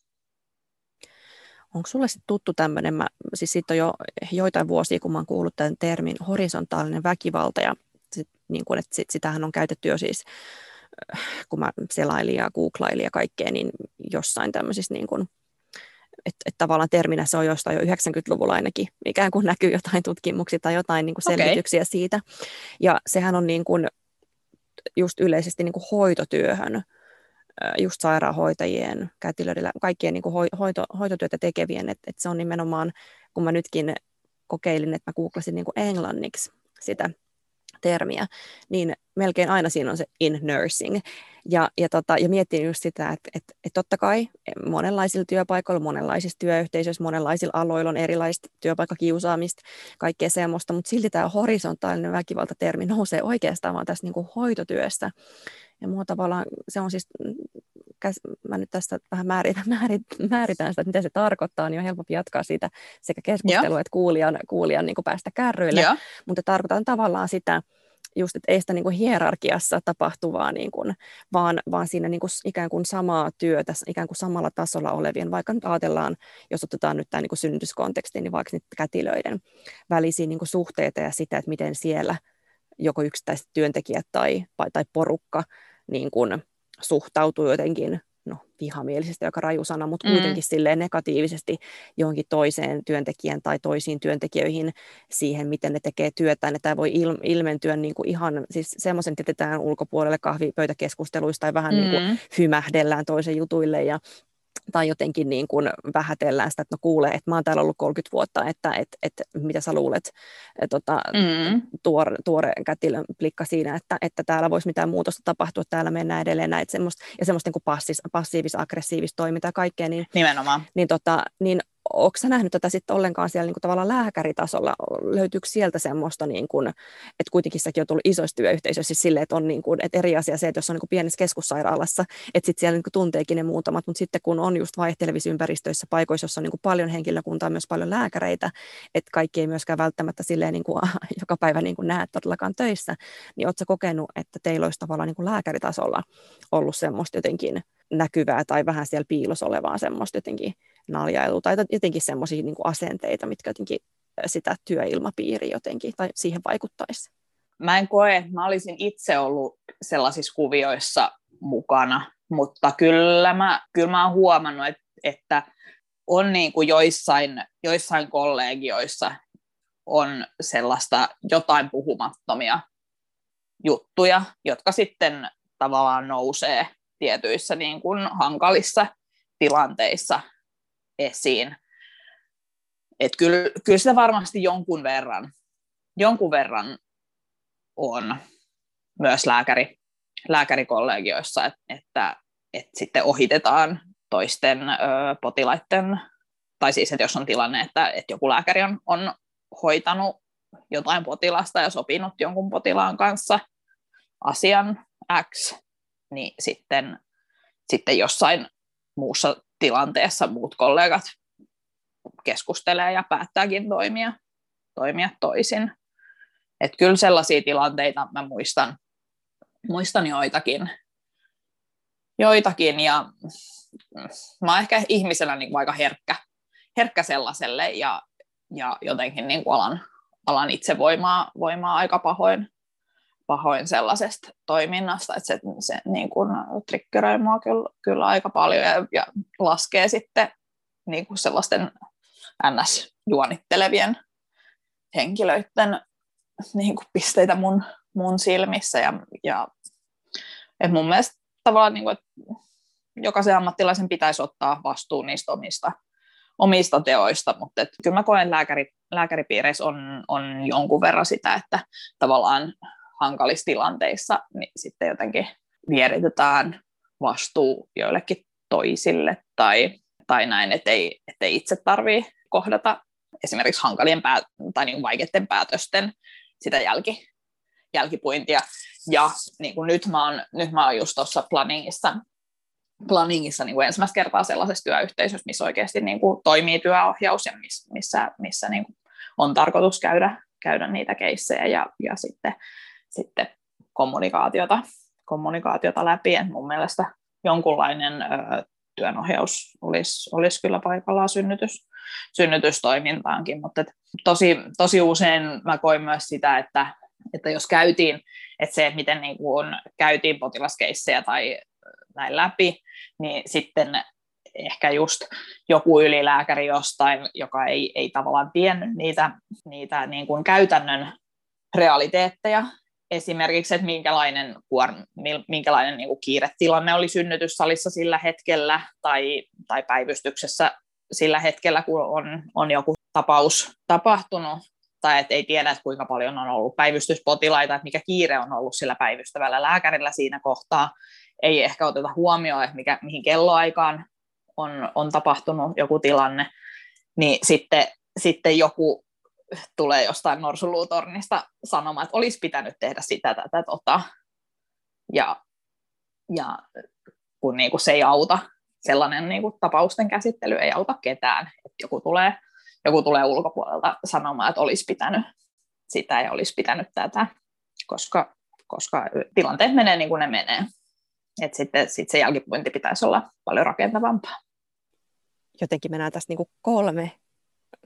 Onko sulle sitten tuttu tämmöinen, mä, siis siitä on jo joitain vuosia, kun mä oon kuullut tämän termin horisontaalinen väkivalta, ja sit, niin kun, että sit, sitähän on käytetty jo siis, kun mä selailin ja googlailin ja kaikkea, niin jossain tämmöisissä, niin kun, että et tavallaan terminä se on jostain jo yhdeksänkymmentäluvulla ainakin, ikään kuin näkyy jotain tutkimuksia tai jotain niin kuin selvityksiä okay. siitä, ja sehän on niin kuin, just yleisesti niin kuin hoitotyöhön, just sairaanhoitajien, kätilöiden, kaikkien niin kuin hoito, hoitotyötä tekevien, että, että se on nimenomaan, kun mä nytkin kokeilin, että mä googlasin niin kuin englanniksi sitä termiä, niin melkein aina siinä on se in nursing. Ja, ja, tota, ja miettin just sitä, että, että, että totta kai monenlaisilla työpaikoilla, monenlaisissa työyhteisöissä, monenlaisilla aloilla on erilaista työpaikkakiusaamista, kaikkea semmoista, mutta silti tämä horisontaalinen väkivaltatermi nousee oikeastaan vaan tässä niin kuin hoitotyössä. Ja mua tavallaan, se on siis, mä nyt tästä vähän määritän, määritän sitä, että mitä se tarkoittaa, niin on helpompi jatkaa siitä sekä keskustelua, että kuulijan, kuulijan niin kuin päästä kärryille. Ja. Mutta tarkoitan tavallaan sitä, just, että ei sitä niin kuin hierarkiassa tapahtuvaa, niin kuin, vaan, vaan siinä niin kuin ikään kuin samaa työtä, ikään kuin samalla tasolla olevien, vaikka nyt ajatellaan, jos otetaan nyt tämä niin kuin synnytyskonteksti, niin vaikka niitä kätilöiden välisiä niin kuin suhteita ja sitä, että miten siellä joko yksittäiset työntekijät tai, tai porukka niin kuin suhtautuu jotenkin no vihamielisesti aika raju sana, mutta Mm. kuitenkin silleen negatiivisesti johonkin toiseen työntekijän tai toisiin työntekijöihin siihen, miten ne tekee työtään. Tämä voi il- ilmentyä niin kuin ihan, siis semmoisen jätetään ulkopuolelle kahvipöytäkeskusteluista tai vähän Mm. niin kuin hymähdellään toisen jutuille ja tai jotenkin niin kuin vähätellään sitä, että no kuulee, että mä oon täällä ollut kolmekymmentä vuotta, että et, et, mitä sä luulet, et, tota, Mm. tuore, tuore kätilön plikka siinä, että, että täällä voisi mitään muutosta tapahtua, täällä mennään edelleen näitä semmoista, ja semmoista niin kuin passis, passiivis-aggressiivista toimintaa ja kaikkea, niin, Nimenomaan. niin, tota, niin ootko sä nähnyt tätä sitten ollenkaan siellä niin kuin tavallaan lääkäritasolla? Löytyykö sieltä semmoista, niin kuin, että kuitenkin säkin oot ollut isoissa työyhteisöissä siis silleen, että on niin kuin, että eri asia se, että jos on niin kuin pienessä keskussairaalassa, että sitten siellä niin kuin tunteekin ne muutamat, mutta sitten kun on just vaihtelevissa ympäristöissä, paikoissa, jossa on niin kuin paljon henkilökuntaa, myös paljon lääkäreitä, että kaikki ei myöskään välttämättä silleen niin kuin, joka päivä niin kuin näe todellakaan töissä, niin ootko sä kokenut, että teillä olisi tavallaan niin kuin lääkäritasolla ollut semmoista jotenkin näkyvää tai vähän siellä piilossa olevaa semmoista jotenkin naljailua tai jotenkin semmoisia niin kuin asenteita, mitkä jotenkin sitä työilmapiiriä jotenkin tai siihen vaikuttaisi? Mä en koe, että mä olisin itse ollut sellaisissa kuvioissa mukana, mutta kyllä mä, kyllä mä oon huomannut, että, että on niin kuin joissain, joissain kollegioissa on sellaista jotain puhumattomia juttuja, jotka sitten tavallaan nousee tietyissä niin kuin hankalissa tilanteissa esiin. Et kyllä, kyllä sitä varmasti jonkun verran, jonkun verran on myös lääkäri, lääkärikollegioissa, että, että, että sitten ohitetaan toisten ö, potilaiden, tai siis, että jos on tilanne, että, että joku lääkäri on, on hoitanut jotain potilasta ja sopinut jonkun potilaan kanssa asian X, niin sitten, sitten jossain muussa tilanteessa muut kollegat keskustelee ja päättääkin toimia, toimia toisin. Että kyllä sellaisia tilanteita mä muistan, muistan joitakin, joitakin ja mä oon ehkä ihmisenä niin kuin aika herkkä, herkkä sellaiselle ja, ja jotenkin niin kuin alan, alan itsevoimaa voimaa aika pahoin, pahoin sellaisesta toiminnasta, että se, se niin kuin triggeröi mua kyllä, kyllä aika paljon ja, ja laskee sitten niin kuin sellaisten N S-juonittelevien henkilöiden niin kuin pisteitä mun, mun silmissä. Ja, ja, et mun mielestä tavallaan, niin kuin, että jokaisen ammattilaisen pitäisi ottaa vastuu niistä omista, omista teoista, mutta et, kyllä mä koen lääkäri, lääkäripiireissä on, on jonkun verran sitä, että tavallaan hankalissa tilanteissa niin sitten jotenkin vieritetään vastuu joillekin toisille tai, tai näin, ettei, ettei itse tarvitse kohdata esimerkiksi hankalien pää- tai niin kuin vaikeiden päätösten sitä jälki, jälkipuintia. Ja niin kuin nyt, mä oon, nyt mä oon just tuossa planningissa, planningissa niin kuin ensimmäistä kertaa sellaisessa työyhteisössä, missä oikeasti niin kuin toimii työohjaus ja miss, missä, missä niin kuin on tarkoitus käydä, käydä niitä keissejä ja, ja sitten, sitten kommunikaatiota, kommunikaatiota läpi. Et mun mielestä jonkunlainen ö, työnohjaus olisi, olisi kyllä paikallaan synnytys, synnytystoimintaankin, mutta tosi, tosi usein mä koin myös sitä, että, että jos käytiin, että se, että miten niin kuin käytiin potilaskeissejä tai näin läpi, niin sitten ehkä just joku ylilääkäri jostain, joka ei, ei tavallaan tiennyt niitä, niitä niin kuin käytännön realiteetteja, esimerkiksi, että minkälainen, minkälainen niin kuin kiiretilanne oli synnytyssalissa sillä hetkellä tai, tai päivystyksessä sillä hetkellä, kun on, on joku tapaus tapahtunut, tai että ei tiedä, että kuinka paljon on ollut päivystyspotilaita, että mikä kiire on ollut sillä päivystävällä lääkärillä siinä kohtaa. Ei ehkä oteta huomioon, että mikä, mihin kelloaikaan on, on tapahtunut joku tilanne, niin sitten, sitten joku tulee jostain norsuluutornista sanomaan, että olisi pitänyt tehdä sitä, tätä, tota. Ja, ja kun niin kuin se ei auta, sellainen niin kuin tapausten käsittely ei auta ketään, että joku tulee, joku tulee ulkopuolelta sanomaan, että olisi pitänyt sitä ja olisi pitänyt tätä, koska, koska tilanteet menee niin kuin ne menee. Että sitten sit se jälkipuinti pitäisi olla paljon rakentavampaa. Jotenkin me näen tässä niin kuin kolme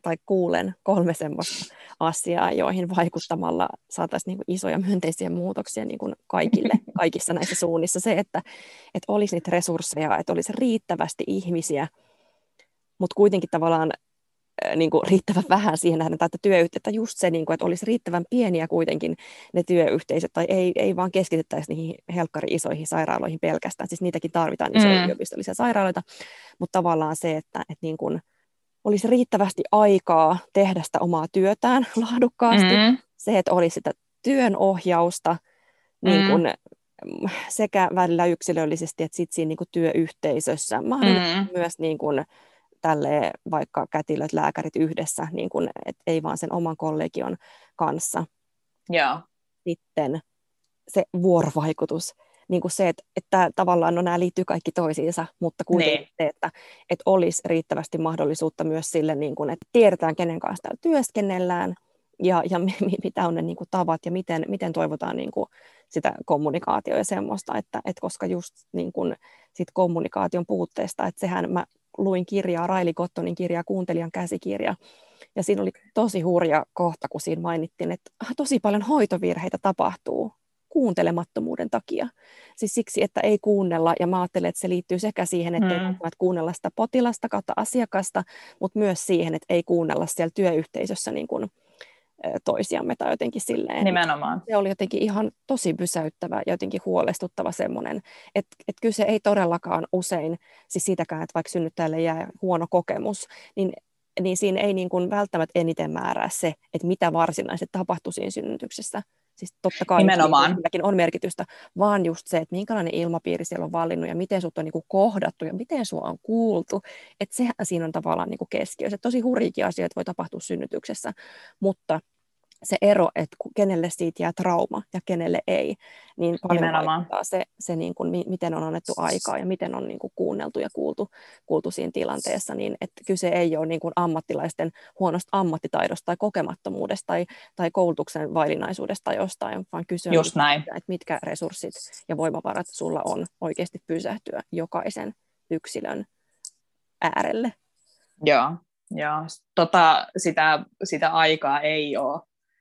tai kuulen kolme semmoista asiaa, joihin vaikuttamalla saataisiin niin kuin isoja myönteisiä muutoksia niin kuin kaikille, kaikissa näissä suunnissa. Se, että, että olisi niitä resursseja, että olisi riittävästi ihmisiä, mutta kuitenkin tavallaan niin kuin riittävän vähän siihen nähden, että työyhteisöt, just se, niin kuin, että olisi riittävän pieniä kuitenkin ne työyhteisöt, tai ei, ei vaan keskitettäisi niihin helkkari-isoihin sairaaloihin pelkästään, siis niitäkin tarvitaan isoja mm. yliopistollisia sairaaloita, mutta tavallaan se, että, että niin kuin olisi riittävästi aikaa tehdä sitä omaa työtään laadukkaasti, mm. se, että olisi sitä työnohjausta niin kuin, mm. sekä välillä yksilöllisesti, että sitten siinä niin kuin työyhteisössä, mahdollisesti mm. myös niin kuin tälleen vaikka kätilöt, lääkärit yhdessä, niin kun, et ei vaan sen oman kollegion kanssa. Yeah. Sitten se vuorovaikutus, niin kuin se, että, että tavallaan no, nämä liittyy kaikki toisiinsa, mutta kuitenkin niin. se, että, että olisi riittävästi mahdollisuutta myös sille, niin kun, että tiedetään, kenen kanssa täällä työskennellään ja, ja mitä on ne niin kuin tavat ja miten, miten toivotaan niin kuin sitä kommunikaatiota ja semmoista, että, että koska just niin kuin sit kommunikaation puutteesta, että sehän mä luin kirjaa, Raili Cottonin kirjaa, Kuuntelijan käsikirja, ja siinä oli tosi hurja kohta, kun siinä mainittiin, että tosi paljon hoitovirheitä tapahtuu kuuntelemattomuuden takia. Siis siksi, että ei kuunnella, ja mä ajattelen, että se liittyy sekä siihen, että hmm. ei kuunnella sitä potilasta kautta asiakasta, mutta myös siihen, että ei kuunnella siellä työyhteisössä niin kuin toisiamme tai jotenkin silleen. Nimenomaan. Se oli jotenkin ihan tosi pysäyttävä ja jotenkin huolestuttava semmoinen, että, että kyse ei todellakaan usein, siis siitäkään, että vaikka synnyttäjälle jää huono kokemus, niin, niin siinä ei niin kuin välttämättä eniten määrää se, että mitä varsinaisesti tapahtuu siinä synnytyksessä. Siis totta kai niin on merkitystä, vaan just se, että minkälainen ilmapiiri siellä on vallinnut ja miten sut on niin kuin kohdattu ja miten sua on kuultu. Että sehän siinä on tavallaan niin kuin keskiössä. Tosi hurjiakin asioita voi tapahtua synnytyksessä, mutta se ero, että kenelle siitä jää trauma ja kenelle ei, niin paljon vaikuttaa se, se niin kuin, miten on annettu aikaa ja miten on niin kuin kuunneltu ja kuultu, kuultu siinä tilanteessa, niin että kyse ei ole niin kuin ammattilaisten huonosta ammattitaidosta tai kokemattomuudesta tai, tai koulutuksen vaillinaisuudesta tai jostain, vaan kyse on siitä, että mitkä resurssit ja voimavarat sulla on oikeasti pysähtyä jokaisen yksilön äärelle. Joo, joo. Tota, sitä, sitä aikaa ei ole.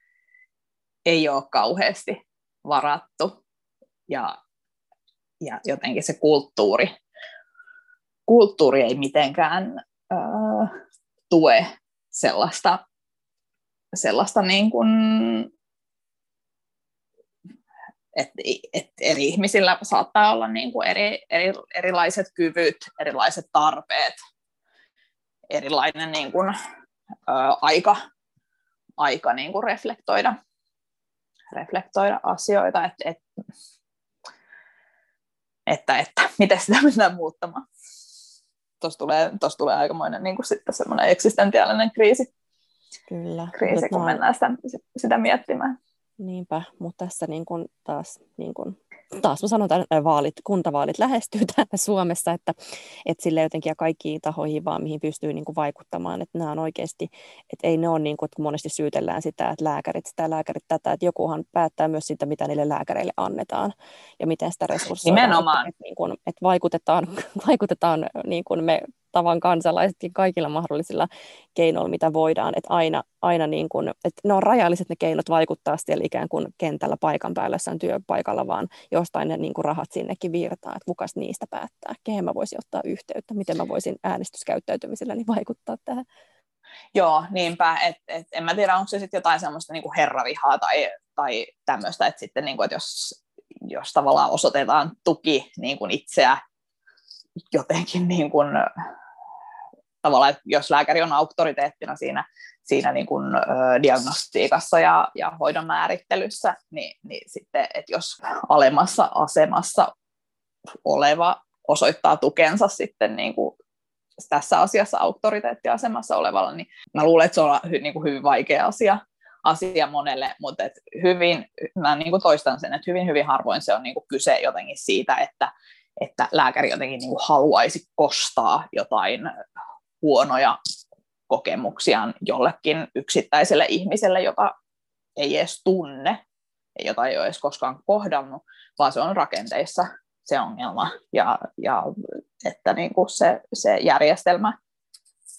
ei ole kauheasti varattu ja, ja jotenkin se kulttuuri, kulttuuri ei mitenkään äh, tue sellaista, sellaista niin kuin, että et eri ihmisillä saattaa olla niin kuin eri, eri, erilaiset kyvyt, erilaiset tarpeet, erilainen niin kuin, äh, aika, aika niin kuin reflektoida. reflektoida asioita, että, että, että, että miten sitä mennään muuttamaan. Tuossa tulee, tuossa tulee aikamoinen niin kuin sitten semmoinen eksistentiaalinen kriisi, Kyllä. kriisi kun mennään sitä, sitä miettimään. Niinpä, mutta tässä niin kuin taas, niin kuin, taas mä sanon, että vaalit, kuntavaalit lähestyy täällä Suomessa, että, että sille jotenkin ja kaikkiin tahoihin vaan, mihin pystyy niin kuin vaikuttamaan, että nämä on oikeasti, että ei ne ole niin kuin, että kun monesti syytellään sitä, että lääkärit sitä, lääkärit tätä, että jokuhan päättää myös sitä, mitä niille lääkäreille annetaan ja miten sitä resurssoidaan. Nimenomaan. Että, että, niin kuin, että vaikutetaan, vaikutetaan niin kuin me tavan kansalaisetkin kaikilla mahdollisilla keinoilla, mitä voidaan, että aina, aina niin kuin, että ne on rajalliset ne keinot vaikuttaa siellä ikään kuin kentällä paikan päällä jossain työpaikalla, vaan jostain ne niin kuin rahat sinnekin virtaa, että kukas niistä päättää, kehen mä voisin ottaa yhteyttä, miten mä voisin äänestyskäyttäytymisellä niin vaikuttaa tähän. Joo, niinpä, että et, en mä tiedä, onko se sitten jotain semmoista niin kuin herravihaa tai, tai tämmöistä, että sitten niin kuin, että jos, jos tavallaan osoitetaan tuki niin kuin itseä jotenkin niin kuin tavallaan, että jos lääkäri on auktoriteettina siinä, siinä niin kuin, ö, diagnostiikassa ja, ja hoidon määrittelyssä, niin, niin sitten, että jos alemmassa asemassa oleva osoittaa tukensa sitten niin kuin tässä asiassa auktoriteettiasemassa olevalla, niin mä luulen, että se on hy, niin kuin hyvin vaikea asia, asia monelle, mutta et hyvin, mä niin kuin toistan sen, että hyvin, hyvin harvoin se on niin kuin kyse jotenkin siitä, että, että lääkäri jotenkin niin kuin haluaisi kostaa jotain huonoja kokemuksiaan jollekin yksittäiselle ihmiselle, jota ei edes tunne, jota ei ole edes koskaan kohdannut, vaan se on rakenteissa se ongelma, ja, ja että niin kuin se, se järjestelmä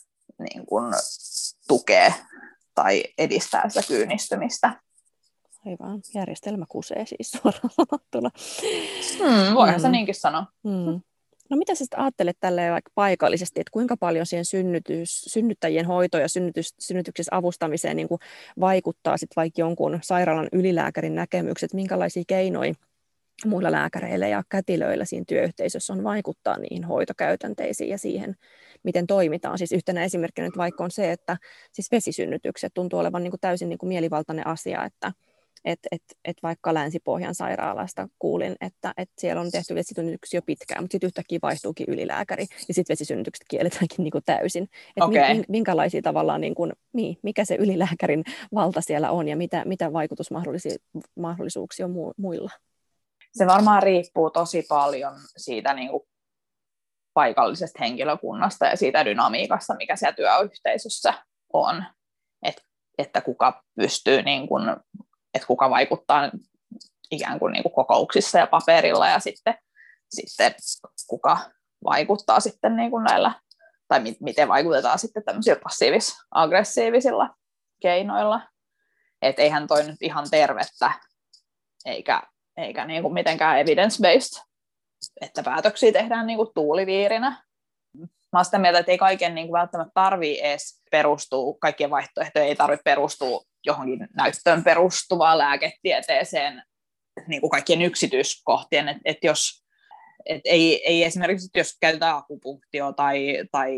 niin kuin tukee tai edistää sitä kyynistymistä. Aivan. Järjestelmä kusee siis suoraan sanottuna. Hmm, voihan mm. se niinkin sanoa. Mm. No mitä sä sitten ajattelet tälleen vaikka paikallisesti, että kuinka paljon siihen synnytys, synnyttäjien hoito ja synnytys, synnytyksessä avustamiseen niin kuin vaikuttaa sitten vaikka jonkun sairaalan ylilääkärin näkemykset, minkälaisia keinoja muilla lääkäreillä ja kätilöillä siinä työyhteisössä on vaikuttaa niihin hoitokäytänteisiin ja siihen, miten toimitaan. Siis yhtenä esimerkkinä nyt vaikka on se, että siis vesisynnytykset tuntuu olevan niin kuin täysin niin kuin mielivaltainen asia, että et, et, et vaikka Länsi-Pohjan sairaalasta kuulin, että et siellä on tehty vesisynnytyksiä jo pitkään, mutta sitten yhtäkkiä vaihtuukin ylilääkäri ja sitten vesisynnytykset kielletäänkin niin kuin täysin. Että okay. minkälaisia tavallaan, niin kuin, mikä se ylilääkärin valta siellä on ja mitä, mitä vaikutusmahdollisuuksia on muilla? Se varmaan riippuu tosi paljon siitä niin kuin paikallisesta henkilökunnasta ja siitä dynamiikasta, mikä siellä työyhteisössä on, Et, että kuka pystyy, niin kuin, että kuka vaikuttaa ikään kuin, niin kuin kokouksissa ja paperilla ja sitten, sitten kuka vaikuttaa sitten niin kuin näillä, tai mi- miten vaikutetaan sitten tämmöisillä passiivis-aggressiivisilla keinoilla. Että eihän toi nyt ihan tervettä eikä eikä niin kuin mitenkään evidence-based, että päätöksiä tehdään niin kuin tuuliviirinä. Mä oon sitä mieltä, että ei kaiken niin kuin välttämättä tarvitse edes perustua, kaikkien vaihtoehtojen ei tarvitse perustua johonkin näyttöön perustuvaan lääketieteeseen, niin kuin kaikkien yksityiskohtien, että et jos, et ei, ei esimerkiksi, jos käytetään akupunktio tai, tai,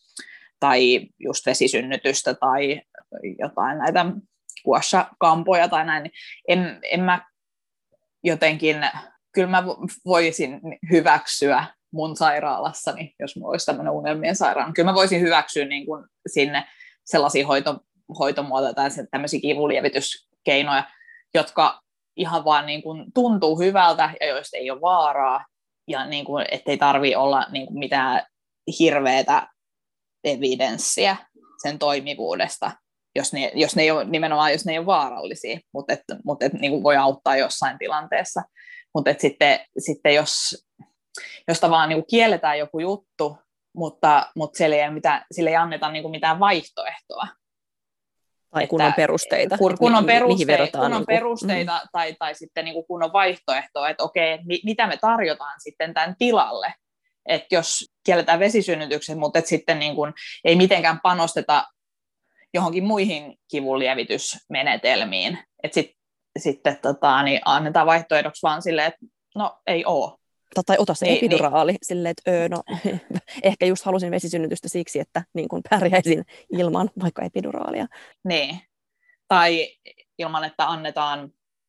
tai just vesisynnytystä tai jotain näitä gua-sha-kampoja tai näin, niin en, en mä jotenkin, kyllä mä voisin hyväksyä mun sairaalassani, jos mulla olisi tämmöinen unelmien sairaala, kyllä mä voisin hyväksyä niin kuin sinne sellaisia hoito, hoitomuotoja tai tämmöisiä kivunlievityskeinoja, jotka ihan vaan niin kuin tuntuu hyvältä ja joista ei ole vaaraa, ja niin kuin, ettei tarvitse olla niin kuin mitään hirveätä evidenssiä sen toimivuudesta, jos ne, jos ne ei ole, nimenomaan jos ne ei ole vaarallisia, mutta et, mut et, niin kuin voi auttaa jossain tilanteessa. Mutta sitten, sitten jos, jos tavallaan niin kuin kielletään joku juttu, mutta, mutta sille, ei mitään, sille ei anneta niin kuin mitään vaihtoehtoa. Tai kun on perusteita. Kun, kun on perusteita, kun on niin perusteita mm. tai, tai sitten niin kuin kun on vaihtoehtoa, että okei, mi, mitä me tarjotaan sitten tämän tilalle. Että jos kielletään vesisynnytykset, mutta et sitten niin kuin ei mitenkään panosteta johonkin muihin kivunlievitysmenetelmiin, että sit, sitten tota, niin annetaan vaihtoehdoksi vaan silleen, että no ei ole. Tai ota se niin, epiduraali niin. silleen, että öö, no, ehkä just halusin vesisynnytystä siksi, että niin kun pärjäisin ilman vaikka epiduraalia. Niin, tai ilman, että annetaan,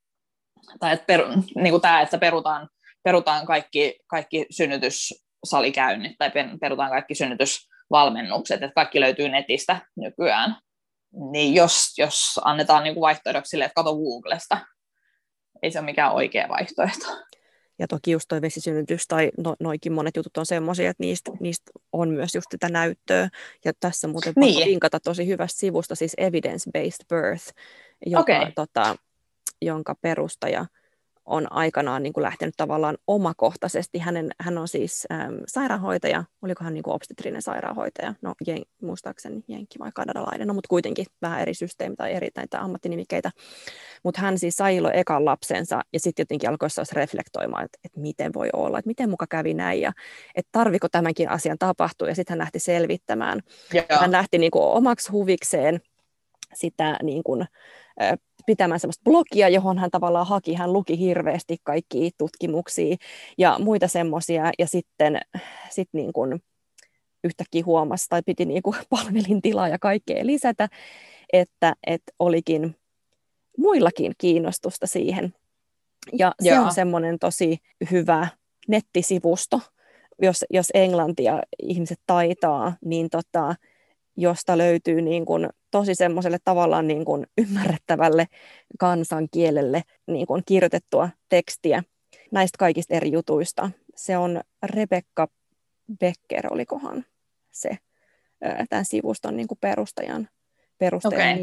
tai että per, niin kuin tämä, että perutaan, perutaan kaikki, kaikki synnytyssalikäynnit tai perutaan kaikki synnytysvalmennukset, että kaikki löytyy netistä nykyään. Niin jos, jos annetaan niin kuin vaihtoehdoksi silleen, että kato Googlesta, ei se ole mikään oikea vaihtoehto. Ja toki just toi vesisynnytys tai no, noikin monet jutut on semmoisia, että niistä, niistä on myös just tätä näyttöä. Ja tässä muuten pakko niin. vinkata tosi hyvästä sivusta, siis Evidence-Based Birth, joka, okay. tota, jonka perustaja on aikanaan niin kuin lähtenyt tavallaan omakohtaisesti. Hänen, hän on siis äm, sairaanhoitaja, oliko hän niin kuin obstetrinen sairaanhoitaja, no jen, muistaakseni jenkki vai kanadalainen, no mutta kuitenkin vähän eri systeemi tai eri näitä ammattinimikkeitä. Mutta hän siis sai ilo ekan lapsensa ja sitten jotenkin alkoi reflektoimaan, että, että miten voi olla, että miten muka kävi näin ja että tarviko tämänkin asian tapahtua ja sitten hän lähti selvittämään. Ja hän lähti niin kuin omaksi huvikseen sitä niin kuin, pitämään sellaista blogia, johon hän tavallaan haki, hän luki hirveästi kaikkia tutkimuksia ja muita semmoisia, ja sitten sit niin kuin yhtäkkiä huomasi, tai piti niin kuin palvelintilaa ja kaikkea lisätä, että, että olikin muillakin kiinnostusta siihen. Ja se Jaa. on semmoinen tosi hyvä nettisivusto, jos, jos englantia ihmiset taitaa, niin tota, josta löytyy niin kuin tosi semmoiselle tavallaan niin kuin ymmärrettävälle kansankielelle niin kuin kirjoitettua tekstiä näistä kaikista eri jutuista. Se on Rebecca Becker, olikohan se tämän sivuston niin kuin perustajan, perustajan okay. nimi.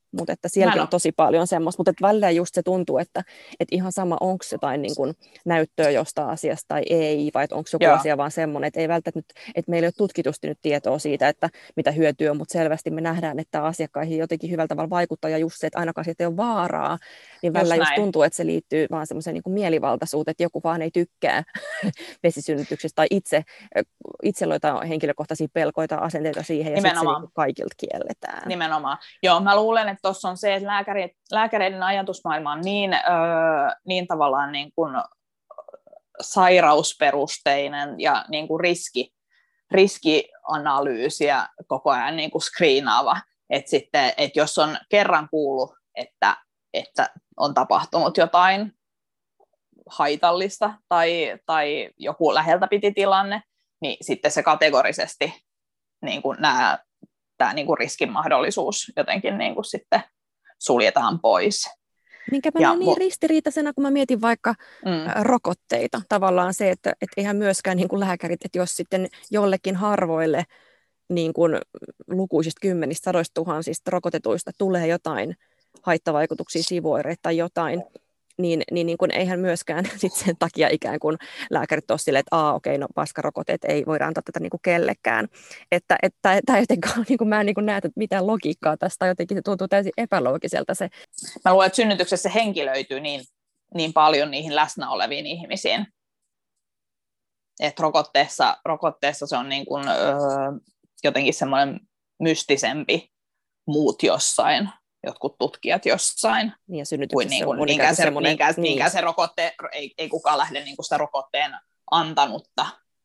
mutta että sielläkin on tosi paljon semmoista, mutta että välillä just se tuntuu, että, että ihan sama, onko jotain niin kuin näyttöä jostain asiasta tai ei, vai onko joku Joo. asia vaan semmoinen, että ei välttämättä nyt, että meillä ei ole tutkitusti nyt tietoa siitä, että mitä hyötyä on, mutta selvästi me nähdään, että asiakkaihin jotenkin hyvällä tavalla vaikuttaa, ja just se, että ainakaan siitä ei ole vaaraa, niin välillä just, just tuntuu, että se liittyy vaan semmoiseen niin kuin mielivaltaisuuteen, että joku vaan ei tykkää vesisynnytyksestä, tai itse, itsellä on jotain henkilökohtaisia pelkoita, asenteita siihen, ja sitten se niin kaikilta kielletään. Nimenomaan. Joo, mä luulen, että tuossa on se, että lääkäri, lääkäreiden ajatusmaailma on niin, öö, niin tavallaan niin kuin sairausperusteinen ja niin kuin riski, riskianalyysiä koko ajan niin kuin screenaava, että sitten, että jos on kerran kuullut, että, että on tapahtunut jotain haitallista tai, tai joku läheltä piti tilanne, niin sitten se kategorisesti niin kuin nämä, tämä niin kuin riskin mahdollisuus jotenkin niin kuin sitten suljetaan pois. Minkä mä näen niin ristiriitaisena, kun mä mietin vaikka mm. rokotteita. Tavallaan se, että et eihän myöskään niin kuin lääkärit, että jos sitten jollekin harvoille niin kuin lukuisista kymmenistä, sadoista tuhansista rokotetuista tulee jotain haittavaikutuksia, sivuoireita tai jotain, niin, niin, niin kuin eihän myöskään sit sen takia ikään kuin lääkärit ole silleen, että aa okei, okay, no paskarokoteet ei voida antaa tätä niin kuin kellekään. Että tämä jotenkaan, niin kuin mä en niin kuin näe mitään logiikkaa tästä, jotenkin se tuntuu täysin epäloogiselta se. Mä luulen, että synnytyksessä se henkilöityy niin, niin paljon niihin läsnä oleviin ihmisiin. Että rokotteessa, rokotteessa se on niin kuin, öö, jotenkin semmoinen mystisempi muut jossain. Jotkut tutkijat jossain, niin ja synnytyksessä niin kuin, on niinkään se, niinkään, niin. niinkään se rokotte, ei, ei kukaan lähde niin kuin sitä rokotteen antanutta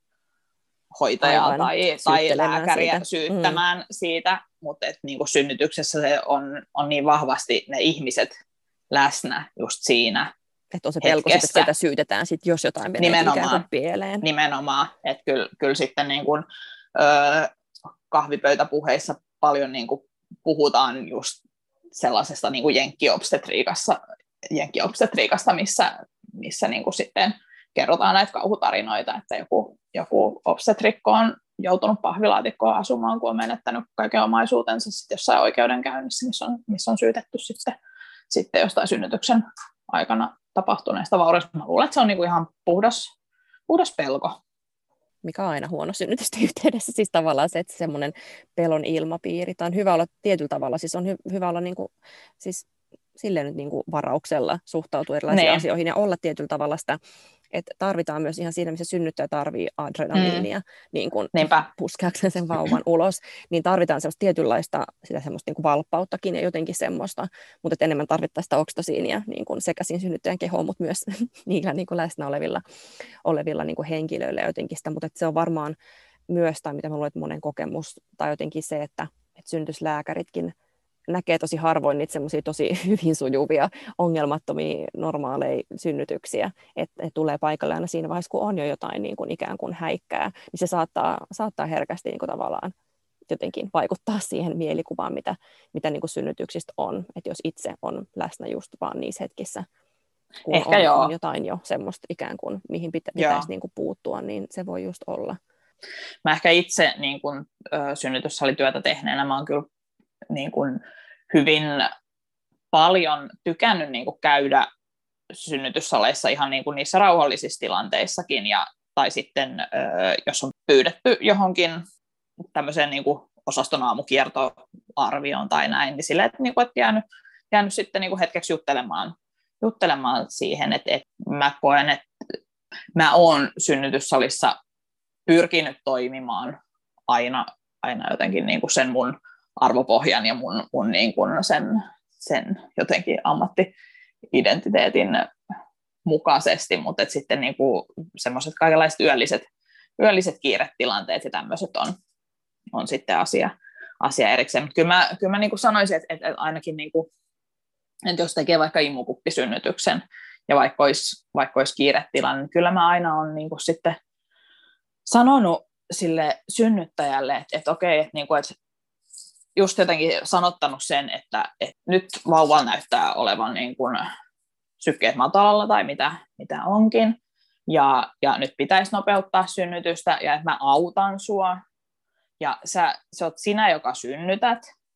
hoitajaa Aivan. tai, tai lääkäriä siitä. syyttämään mm. siitä, mutta et, niin kuin synnytyksessä se on, on niin vahvasti ne ihmiset läsnä just siinä että on se pelko, että sitä syytetään, sit, jos jotain menee ikään kuin pieleen. Nimenomaan, että kyllä, kyllä sitten niin kuin, öö, kahvipöytäpuheissa paljon niin kuin puhutaan just sellaisesta niin kuin jenkkiobstetriikassa, jenkkiobstetriikasta, missä, missä niin kuin sitten kerrotaan näitä kauhutarinoita, että joku, joku obstetrikko on joutunut pahvilaatikkoon asumaan, kun on menettänyt kaiken omaisuutensa sitten jossain oikeudenkäynnissä, missä on, missä on syytetty sitten, sitten jostain synnytyksen aikana tapahtuneesta vauriosta. Mä luulen, että se on niin kuin ihan puhdas, puhdas pelko. Mikä on aina huono synnytysten yhteydessä, siis tavallaan se, että semmoinen pelon ilmapiiri, tai on hyvä olla tietyllä tavalla, siis on hy- hyvä olla niin kuin, siis silleen nyt niin kuin varauksella suhtautua erilaisiin ne. asioihin ja olla tietyllä tavalla sitä, että tarvitaan myös ihan siinä, missä synnyttäjä tarvitsee adrenaliinia, mm. niin kuin puskeakseen sen vauvan ulos, niin tarvitaan semmoista tietynlaista sitä semmoista niin kuin valppauttakin ja jotenkin semmoista, mutta enemmän tarvitaan sitä oksitosiinia niin kuin sekä siinä synnyttäjän kehoon, mutta myös niillä niin kuin läsnä olevilla, olevilla niin kuin henkilöillä jotenkin sitä, mutta se on varmaan myös, tai mitä mä luulen, että monen kokemus, tai jotenkin se, että, että synnytyslääkäritkin näkee tosi harvoin niitä semmoisia tosi hyvin sujuvia, ongelmattomia, normaaleja synnytyksiä, että et tulee paikalle aina siinä vaiheessa, kun on jo jotain niin kuin ikään kuin häikkää, niin se saattaa, saattaa herkästi niin kuin tavallaan jotenkin vaikuttaa siihen mielikuvaan, mitä, mitä niin kuin synnytyksistä on, että jos itse on läsnä just vaan niissä hetkissä, kun Ehkä on, joo. on jotain jo semmoista ikään kuin, mihin pitä, pitäisi niin kuin puuttua, niin se voi just olla. Mä ehkä itse niin kuin, synnytyssalityötä tehneenä, mä oon kyllä niin kuin hyvin paljon tykännyt niin kuin käydä synnytyssaleissa ihan niin kuin niissä rauhallisissa tilanteissakin, ja, tai sitten jos on pyydetty johonkin tämmöiseen niin kuin osaston aamukiertoarvioon tai näin, niin silleen, että, niin kuin, että jäänyt, jäänyt sitten niin kuin hetkeksi juttelemaan, juttelemaan siihen, että, että mä koen, että mä oon synnytyssalissa pyrkinyt toimimaan aina, aina jotenkin niin kuin sen mun arvopohjan ja mun, mun niin kuin sen, sen jotenkin ammatti-identiteetin mukaisesti, mutta et sitten niin kuin semmoiset kaikenlaiset yölliset, yölliset kiiretilanteet ja tämmöiset on, on sitten asia, asia erikseen. Mutta kyllä mä, kyllä mä niin kuin sanoisin, että, että ainakin niin kuin, että jos tekee vaikka imukuppisynnytyksen ja vaikka olisi, vaikka olisi kiiretilanne, niin kyllä mä aina olen niin kuin sitten sanonut sille synnyttäjälle, että, että okei, että, niin kuin, että just jotenkin sanottanut sen, että, että nyt vauvalla näyttää olevan niin kuin sykkeet matalalla tai mitä, mitä onkin, ja, ja nyt pitäisi nopeuttaa synnytystä, ja että mä autan sua, ja sä, sä oot sinä, joka synnytät,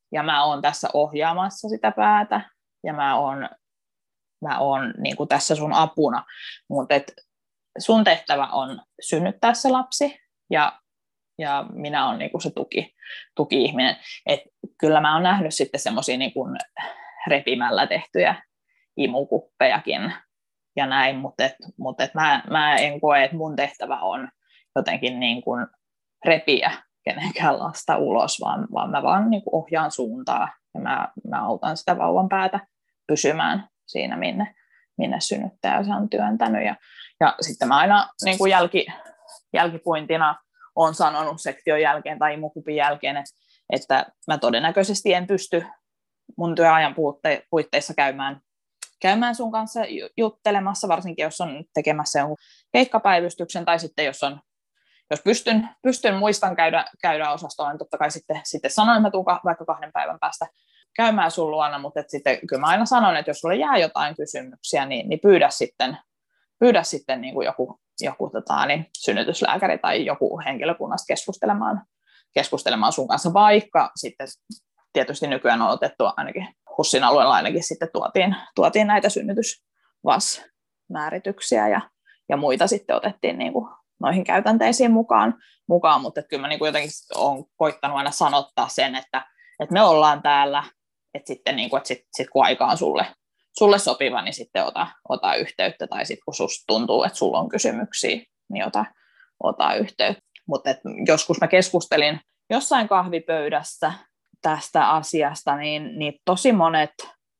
ja mä oon tässä ohjaamassa sitä päätä, ja mä oon, mä oon niin kuin tässä sun apuna, mutta sun tehtävä on synnyttää se lapsi, ja, ja minä olen niin kuin se tuki, tuki-ihminen. Et kyllä mä oon nähnyt sitten semmoisia niin kuin repimällä tehtyjä imukuppejakin, ja näin, mutta et, mutta et mä, mä en koe, että mun tehtävä on jotenkin niin kuin repiä kenenkään lasta ulos, vaan, vaan mä vaan niin kuin ohjaan suuntaa ja mä, mä autan sitä vauvan päätä pysymään siinä, minne, minne synnyttäjä se on työntänyt. Ja, ja sitten mä aina niin kuin jälki, jälkipuintina olen sanonut sektion jälkeen tai imukupin jälkeen, että, että mä todennäköisesti en pysty mun työajan puutte, puitteissa käymään käymään sun kanssa juttelemassa, varsinkin jos on tekemässä jonkun keikkapäivystyksen, tai sitten jos, on, jos pystyn, pystyn muistan käydä, käydä osastolla, niin totta kai sitten, sitten sanon, että mä tuun vaikka kahden päivän päästä käymään sun luona, mutta et sitten kyllä mä aina sanon, että jos sulle jää jotain kysymyksiä, niin, niin pyydä sitten, pyydä sitten niin kuin joku, joku tota, niin synnytyslääkäri tai joku henkilökunnasta keskustelemaan, keskustelemaan sun kanssa, vaikka sitten tietysti nykyään on otettu ainakin HUSin alueella ainakin sitten tuotiin, tuotiin näitä synnytys V A S-määrityksiä ja, ja muita sitten otettiin niin kuin noihin käytänteisiin mukaan, mukaan. Mutta kyllä mä niin kuin jotenkin olen koittanut aina sanottaa sen, että, että me ollaan täällä, että sitten niin kuin, että sit, sit kun aika on sulle, sulle sopiva, niin sitten ota, ota yhteyttä, tai sitten kun susta tuntuu, että sulla on kysymyksiä, niin ota, ota yhteyttä. Mutta joskus mä keskustelin jossain kahvipöydässä tästä asiasta, niin, niin tosi monet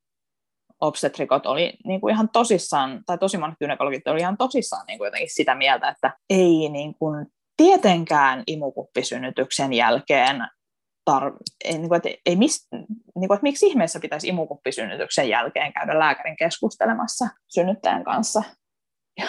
obstetrikot oli niin kuin ihan tosissaan, tai tosi monet gynekologit oli ihan tosissaan niin kuin jotenkin sitä mieltä, että ei niin kuin tietenkään imukuppisynnytyksen jälkeen, tar- ei, niin kuin, että, ei mis, niin kuin, että miksi ihmeessä pitäisi imukuppisynnytyksen jälkeen käydä lääkärin keskustelemassa synnyttäjän kanssa. Ja,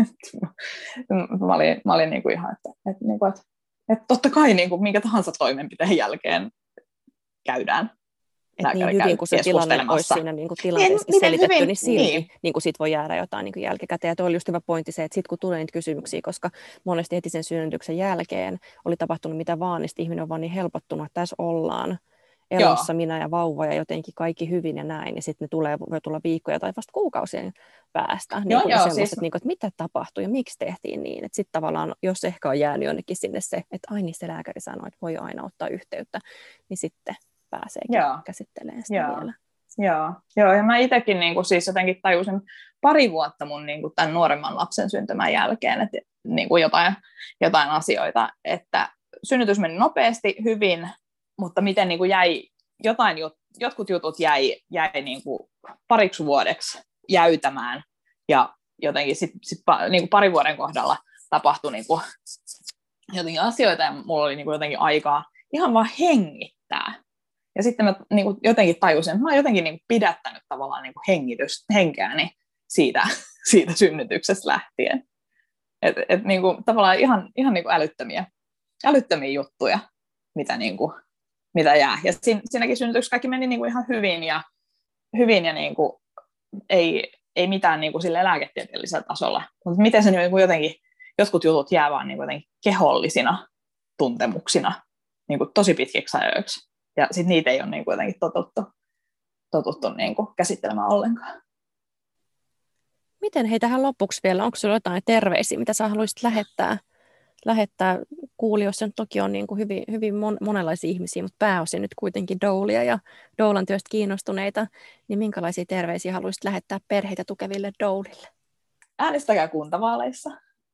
mä olin, mä olin niin kuin ihan, että, että, niin kuin, että, että totta kai niin kuin minkä tahansa toimenpiteen jälkeen käydään. Että niin hyvin, kun se tilanne olisi siinä niin kuin tilanteessa niin, selitetty, hyvin, niin silti niin. Niin kuin sit voi jäädä jotain niin kuin jälkikäteen. Ja tuo oli just hyvä pointti se, että sitten kun tulee niitä kysymyksiä, koska monesti heti sen synnytyksen jälkeen oli tapahtunut mitä vaan, niin ihminen on vaan niin helpottunut, että tässä ollaan elossa, Joo. minä ja vauva ja jotenkin kaikki hyvin ja näin. Ja sitten ne tulee, voi tulla viikkoja tai vasta kuukausien päästä. Niin joo, joo, siis... että, niin kuin, että mitä tapahtui ja miksi tehtiin niin. Että sitten tavallaan, jos ehkä on jäänyt jonnekin sinne se, että ai niin se lääkäri sanoi, että voi aina ottaa yhteyttä, niin sitten pääseekin Joo. käsittelemään sitä Joo. vielä. Joo. Joo, ja mä itsekin niin kuin, siis jotenkin tajusin pari vuotta mun niin kuin, tämän nuoremman lapsen syntymän jälkeen, että niin kuin jotain, jotain asioita, että synnytys meni nopeasti, hyvin, mutta miten niin kuin jäi, jotain, jotkut jutut jäi, jäi niin kuin pariksi vuodeksi jäytämään, ja jotenkin sit, sit, niin kuin parin vuoden kohdalla tapahtui niin kuin, jotenkin asioita, ja mulla oli niin kuin, jotenkin aikaa ihan vaan hengittää. Ja sitten mä niin kuin, jotenkin tajusin, että mä oon jotenkin niin kuin, pidättänyt tavallaan niin kuin hengitys, henkeäni siitä, siitä synnytyksestä lähtien. Et, et, niin kuin, tavallaan ihan, ihan niin kuin älyttömiä, älyttömiä juttuja, mitä, niin kuin, mitä jää. Ja siinä, siinäkin synnytyksessä kaikki meni niin kuin, ihan hyvin ja, hyvin ja niin kuin, ei, ei mitään niin kuin, sille lääketieteellisellä tasolla. Mutta miten se niin kuin, jotenkin, jotkut jutut jää vaan niin kuin, jotenkin kehollisina tuntemuksina niin kuin, tosi pitkiksi ajoiksi. Ja sitten niitä ei ole niin kuin jotenkin totuttu, totuttu niin kuin käsittelemään ollenkaan. Miten hei tähän lopuksi vielä, onko sinulla jotain terveisiä, mitä sä haluaisit lähettää, lähettää kuulijoissa? Nyt toki on niin kuin hyvin, hyvin mon, monenlaisia ihmisiä, mutta pääosin nyt kuitenkin doulia ja doulan työstä kiinnostuneita. Niin minkälaisia terveisiä haluaisit lähettää perheitä tukeville doulille? Äänestäkää kuntavaaleissa,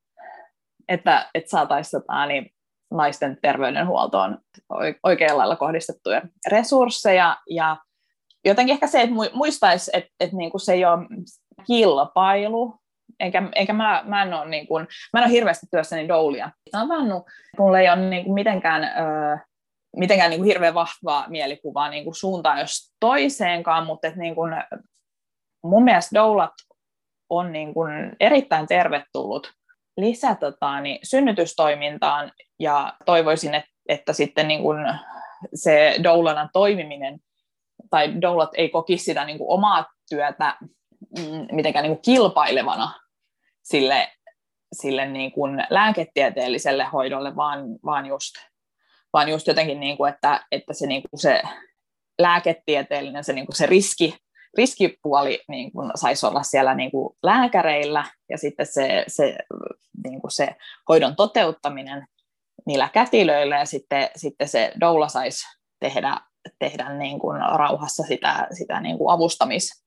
että, että saataisiin niin naisten terveydenhuoltoon oikealla lailla kohdistettuja resursseja, ja jotenkin ehkä se, että muistaisi, että, että niinku se ei ole kilpailu, enkä, enkä mä, mä, en ole, niinku, mä en ole hirveästi työssäni doulia tavannut, mulla ei ole niinku mitenkään, ö, mitenkään niinku hirveän vahvaa mielikuvaa niinku suuntaan jos toiseenkaan, mutta että niinku, mun mielestä doulat on niinku erittäin tervetullut lisä tota, niin synnytystoimintaan, ja toivoisin, että, että sitten niin kuin se doulanan toimiminen, tai doulat ei kokisi sitä niin kuin omaa työtä mitenkään niin kuin kilpailevana sille, sille niin kuin lääketieteelliselle hoidolle, vaan, vaan, just, vaan just jotenkin, niin kuin, että, että se, niin kuin se lääketieteellinen, se, niin kuin se riski, riskipuoli niin kuin saisi olla siellä niin kuin lääkäreillä, ja sitten se, se, niin kuin se hoidon toteuttaminen niillä kätilöillä, ja sitten, sitten se doula saisi tehdä, tehdä niin kuin rauhassa sitä, sitä niin kuin avustamis,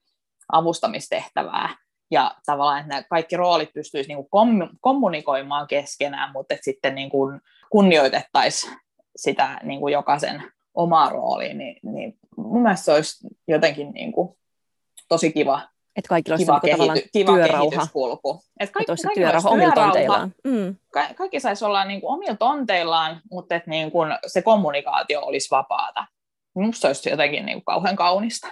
avustamistehtävää. Ja tavallaan, että nämä kaikki roolit pystyisi niin kuin kommunikoimaan keskenään, mutta että sitten niin kuin kunnioitettaisiin sitä niin kuin jokaisen omaa roolia, niin, niin mun mielestä se olisi jotenkin niin kuin tosi kiva, että kaikilla kiva, olisi kehity, kiva työrauha. kehityskulku. Että kaikki, olisi kaikki työrauha omilla tonteillaan. Mm. Ka- kaikki saisi olla niin kuin omilla tonteillaan, mutta että niin kuin se kommunikaatio olisi vapaata. Minusta se olisi jotenkin niin kuin kauhean kaunista.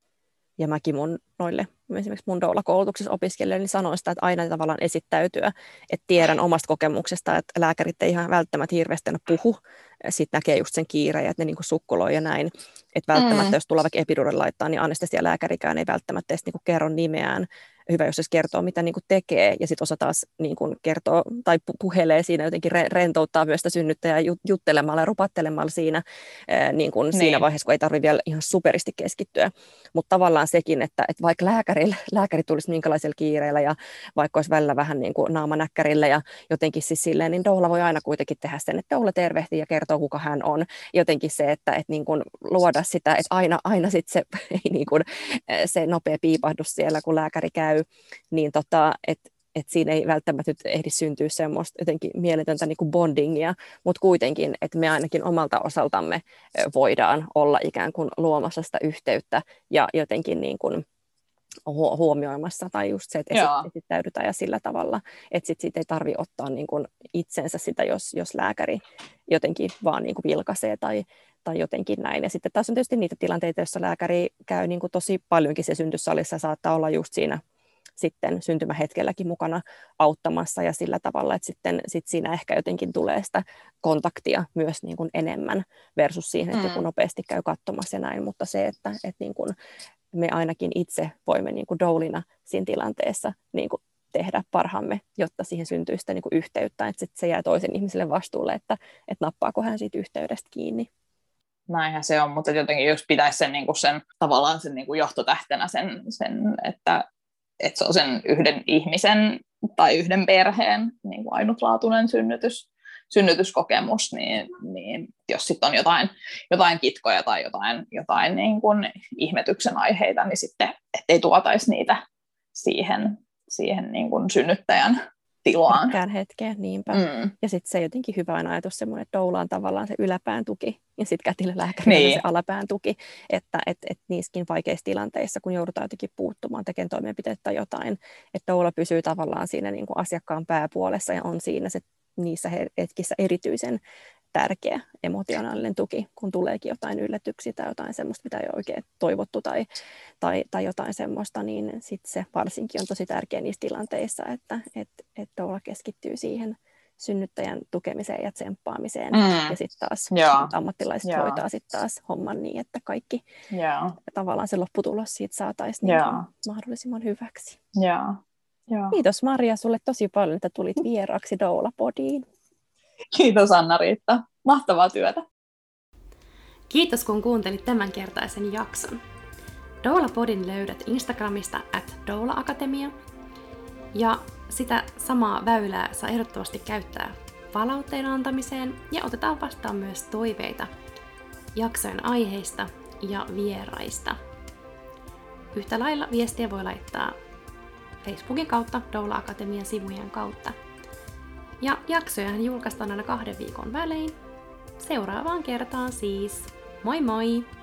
Ja mäkin mun noille, esimerkiksi mun doula-koulutuksessa opiskelijoille, niin sanoin sitä, että aina tavallaan esittäytyä, että tiedän omasta kokemuksesta, että lääkärit ei ihan välttämättä hirveästi puhu, sitten näkee just sen kiireen, että ne niin kuin sukkuloi ja näin, että välttämättä mm. jos tulee vaikka epiduurin laittaa, niin anestesialääkärikään ei välttämättä edes niin kuin kerro nimeään. Hyvä, jos se kertoo, mitä niin kuin tekee, ja sitten osa taas niin kuin kertoo tai puhelee siinä, jotenkin re- rentouttaa myös sitä synnyttäjää juttelemalla ja rupattelemalla siinä, ää, niin kuin niin. siinä vaiheessa, kun ei tarvitse vielä ihan superisti keskittyä. Mutta tavallaan sekin, että, että vaikka lääkärillä, lääkäri tulisi minkälaisella kiireellä ja vaikka olisi välillä vähän niin kuin naamanäkkärillä ja jotenkin siis silleen, niin doula voi aina kuitenkin tehdä sen, että doula tervehtii ja kertoo, kuka hän on. Jotenkin se, että, että niin kuin luoda sitä, että aina, aina sit se, niin kuin, se nopea piipahdus siellä, kun lääkäri käy, niin tota, että et siinä ei välttämättä nyt ehdi syntyä semmoista jotenkin mieletöntä niin kuin bondingia, mutta kuitenkin, että me ainakin omalta osaltamme voidaan olla ikään kuin luomassa sitä yhteyttä ja jotenkin niin kuin huomioimassa, tai just se, että esit- esittäydytään ja sillä tavalla, että sit siitä ei tarvitse ottaa niin kuin itsensä sitä, jos, jos lääkäri jotenkin vaan niin kuin vilkaisee tai tai jotenkin näin. Ja sitten taas on tietysti niitä tilanteita, joissa lääkäri käy niin kuin tosi paljonkin se syntyssalissa, saattaa olla just siinä sitten syntymähetkelläkin mukana auttamassa ja sillä tavalla, että sitten sit siinä ehkä jotenkin tulee sitä kontaktia myös niin kuin enemmän versus siihen, että mm. joku nopeasti käy katsomassa ja näin, mutta se, että, että niin kuin me ainakin itse voimme niin kuin doulina siinä tilanteessa niin kuin tehdä parhaamme, jotta siihen syntyy sitä niin kuin yhteyttä, että se jää toisen ihmiselle vastuulle, että, että nappaako hän siitä yhteydestä kiinni. Näinhän se on, mutta jotenkin jos pitäisi sen, niin kuin sen tavallaan sen niin kuin johtotähtenä sen, sen että, että se on sen yhden ihmisen tai yhden perheen niin kuin ainutlaatuinen synnytys, synnytyskokemus, niin, niin jos sitten on jotain, jotain kitkoja tai jotain, jotain niin kuin ihmetyksen aiheita, niin sitten ettei tuotaisi niitä siihen, siihen niin kuin synnyttäjän tilaan. Herkkään hetkeen, niinpä. Mm. Ja sitten se jotenkin hyvä ajatus semmoinen, että doula on tavallaan se yläpään tuki ja sitten kätilölääkäri niin. on se alapään tuki, että et, et niissäkin vaikeissa tilanteissa, kun joudutaan jotenkin puuttumaan, tekemään toimenpiteitä tai jotain, että doula pysyy tavallaan siinä niin kuin asiakkaan pääpuolessa ja on siinä se, niissä hetkissä erityisen tärkeä emotionaalinen tuki, kun tuleekin jotain yllätyksiä tai jotain semmoista, mitä ei ole oikein toivottu tai, tai, tai jotain semmoista, niin sitten se varsinkin on tosi tärkeä niissä tilanteissa, että et, et doula keskittyy siihen synnyttäjän tukemiseen ja tsemppaamiseen, mm. ja sitten taas yeah. ammattilaiset yeah. hoitaa sitten taas homman niin, että kaikki yeah. tavallaan se lopputulos siitä saataisiin yeah. niin mahdollisimman hyväksi. Yeah. Yeah. Kiitos Maria sulle tosi paljon, että tulit vieraaksi Doula-podiin. Kiitos Anna-Riitta. Mahtavaa työtä. Kiitos kun kuuntelit tämänkertaisen jakson. Doula-podin löydät Instagramista at doula-akatemia. Ja sitä samaa väylää saa ehdottomasti käyttää palautteen antamiseen ja otetaan vastaan myös toiveita jaksojen aiheista ja vieraista. Yhtä lailla viestiä voi laittaa Facebookin kautta, Doula-akatemian sivujen kautta. Ja jaksojahan julkaistaan aina kahden viikon välein. Seuraavaan kertaan siis. Moi moi!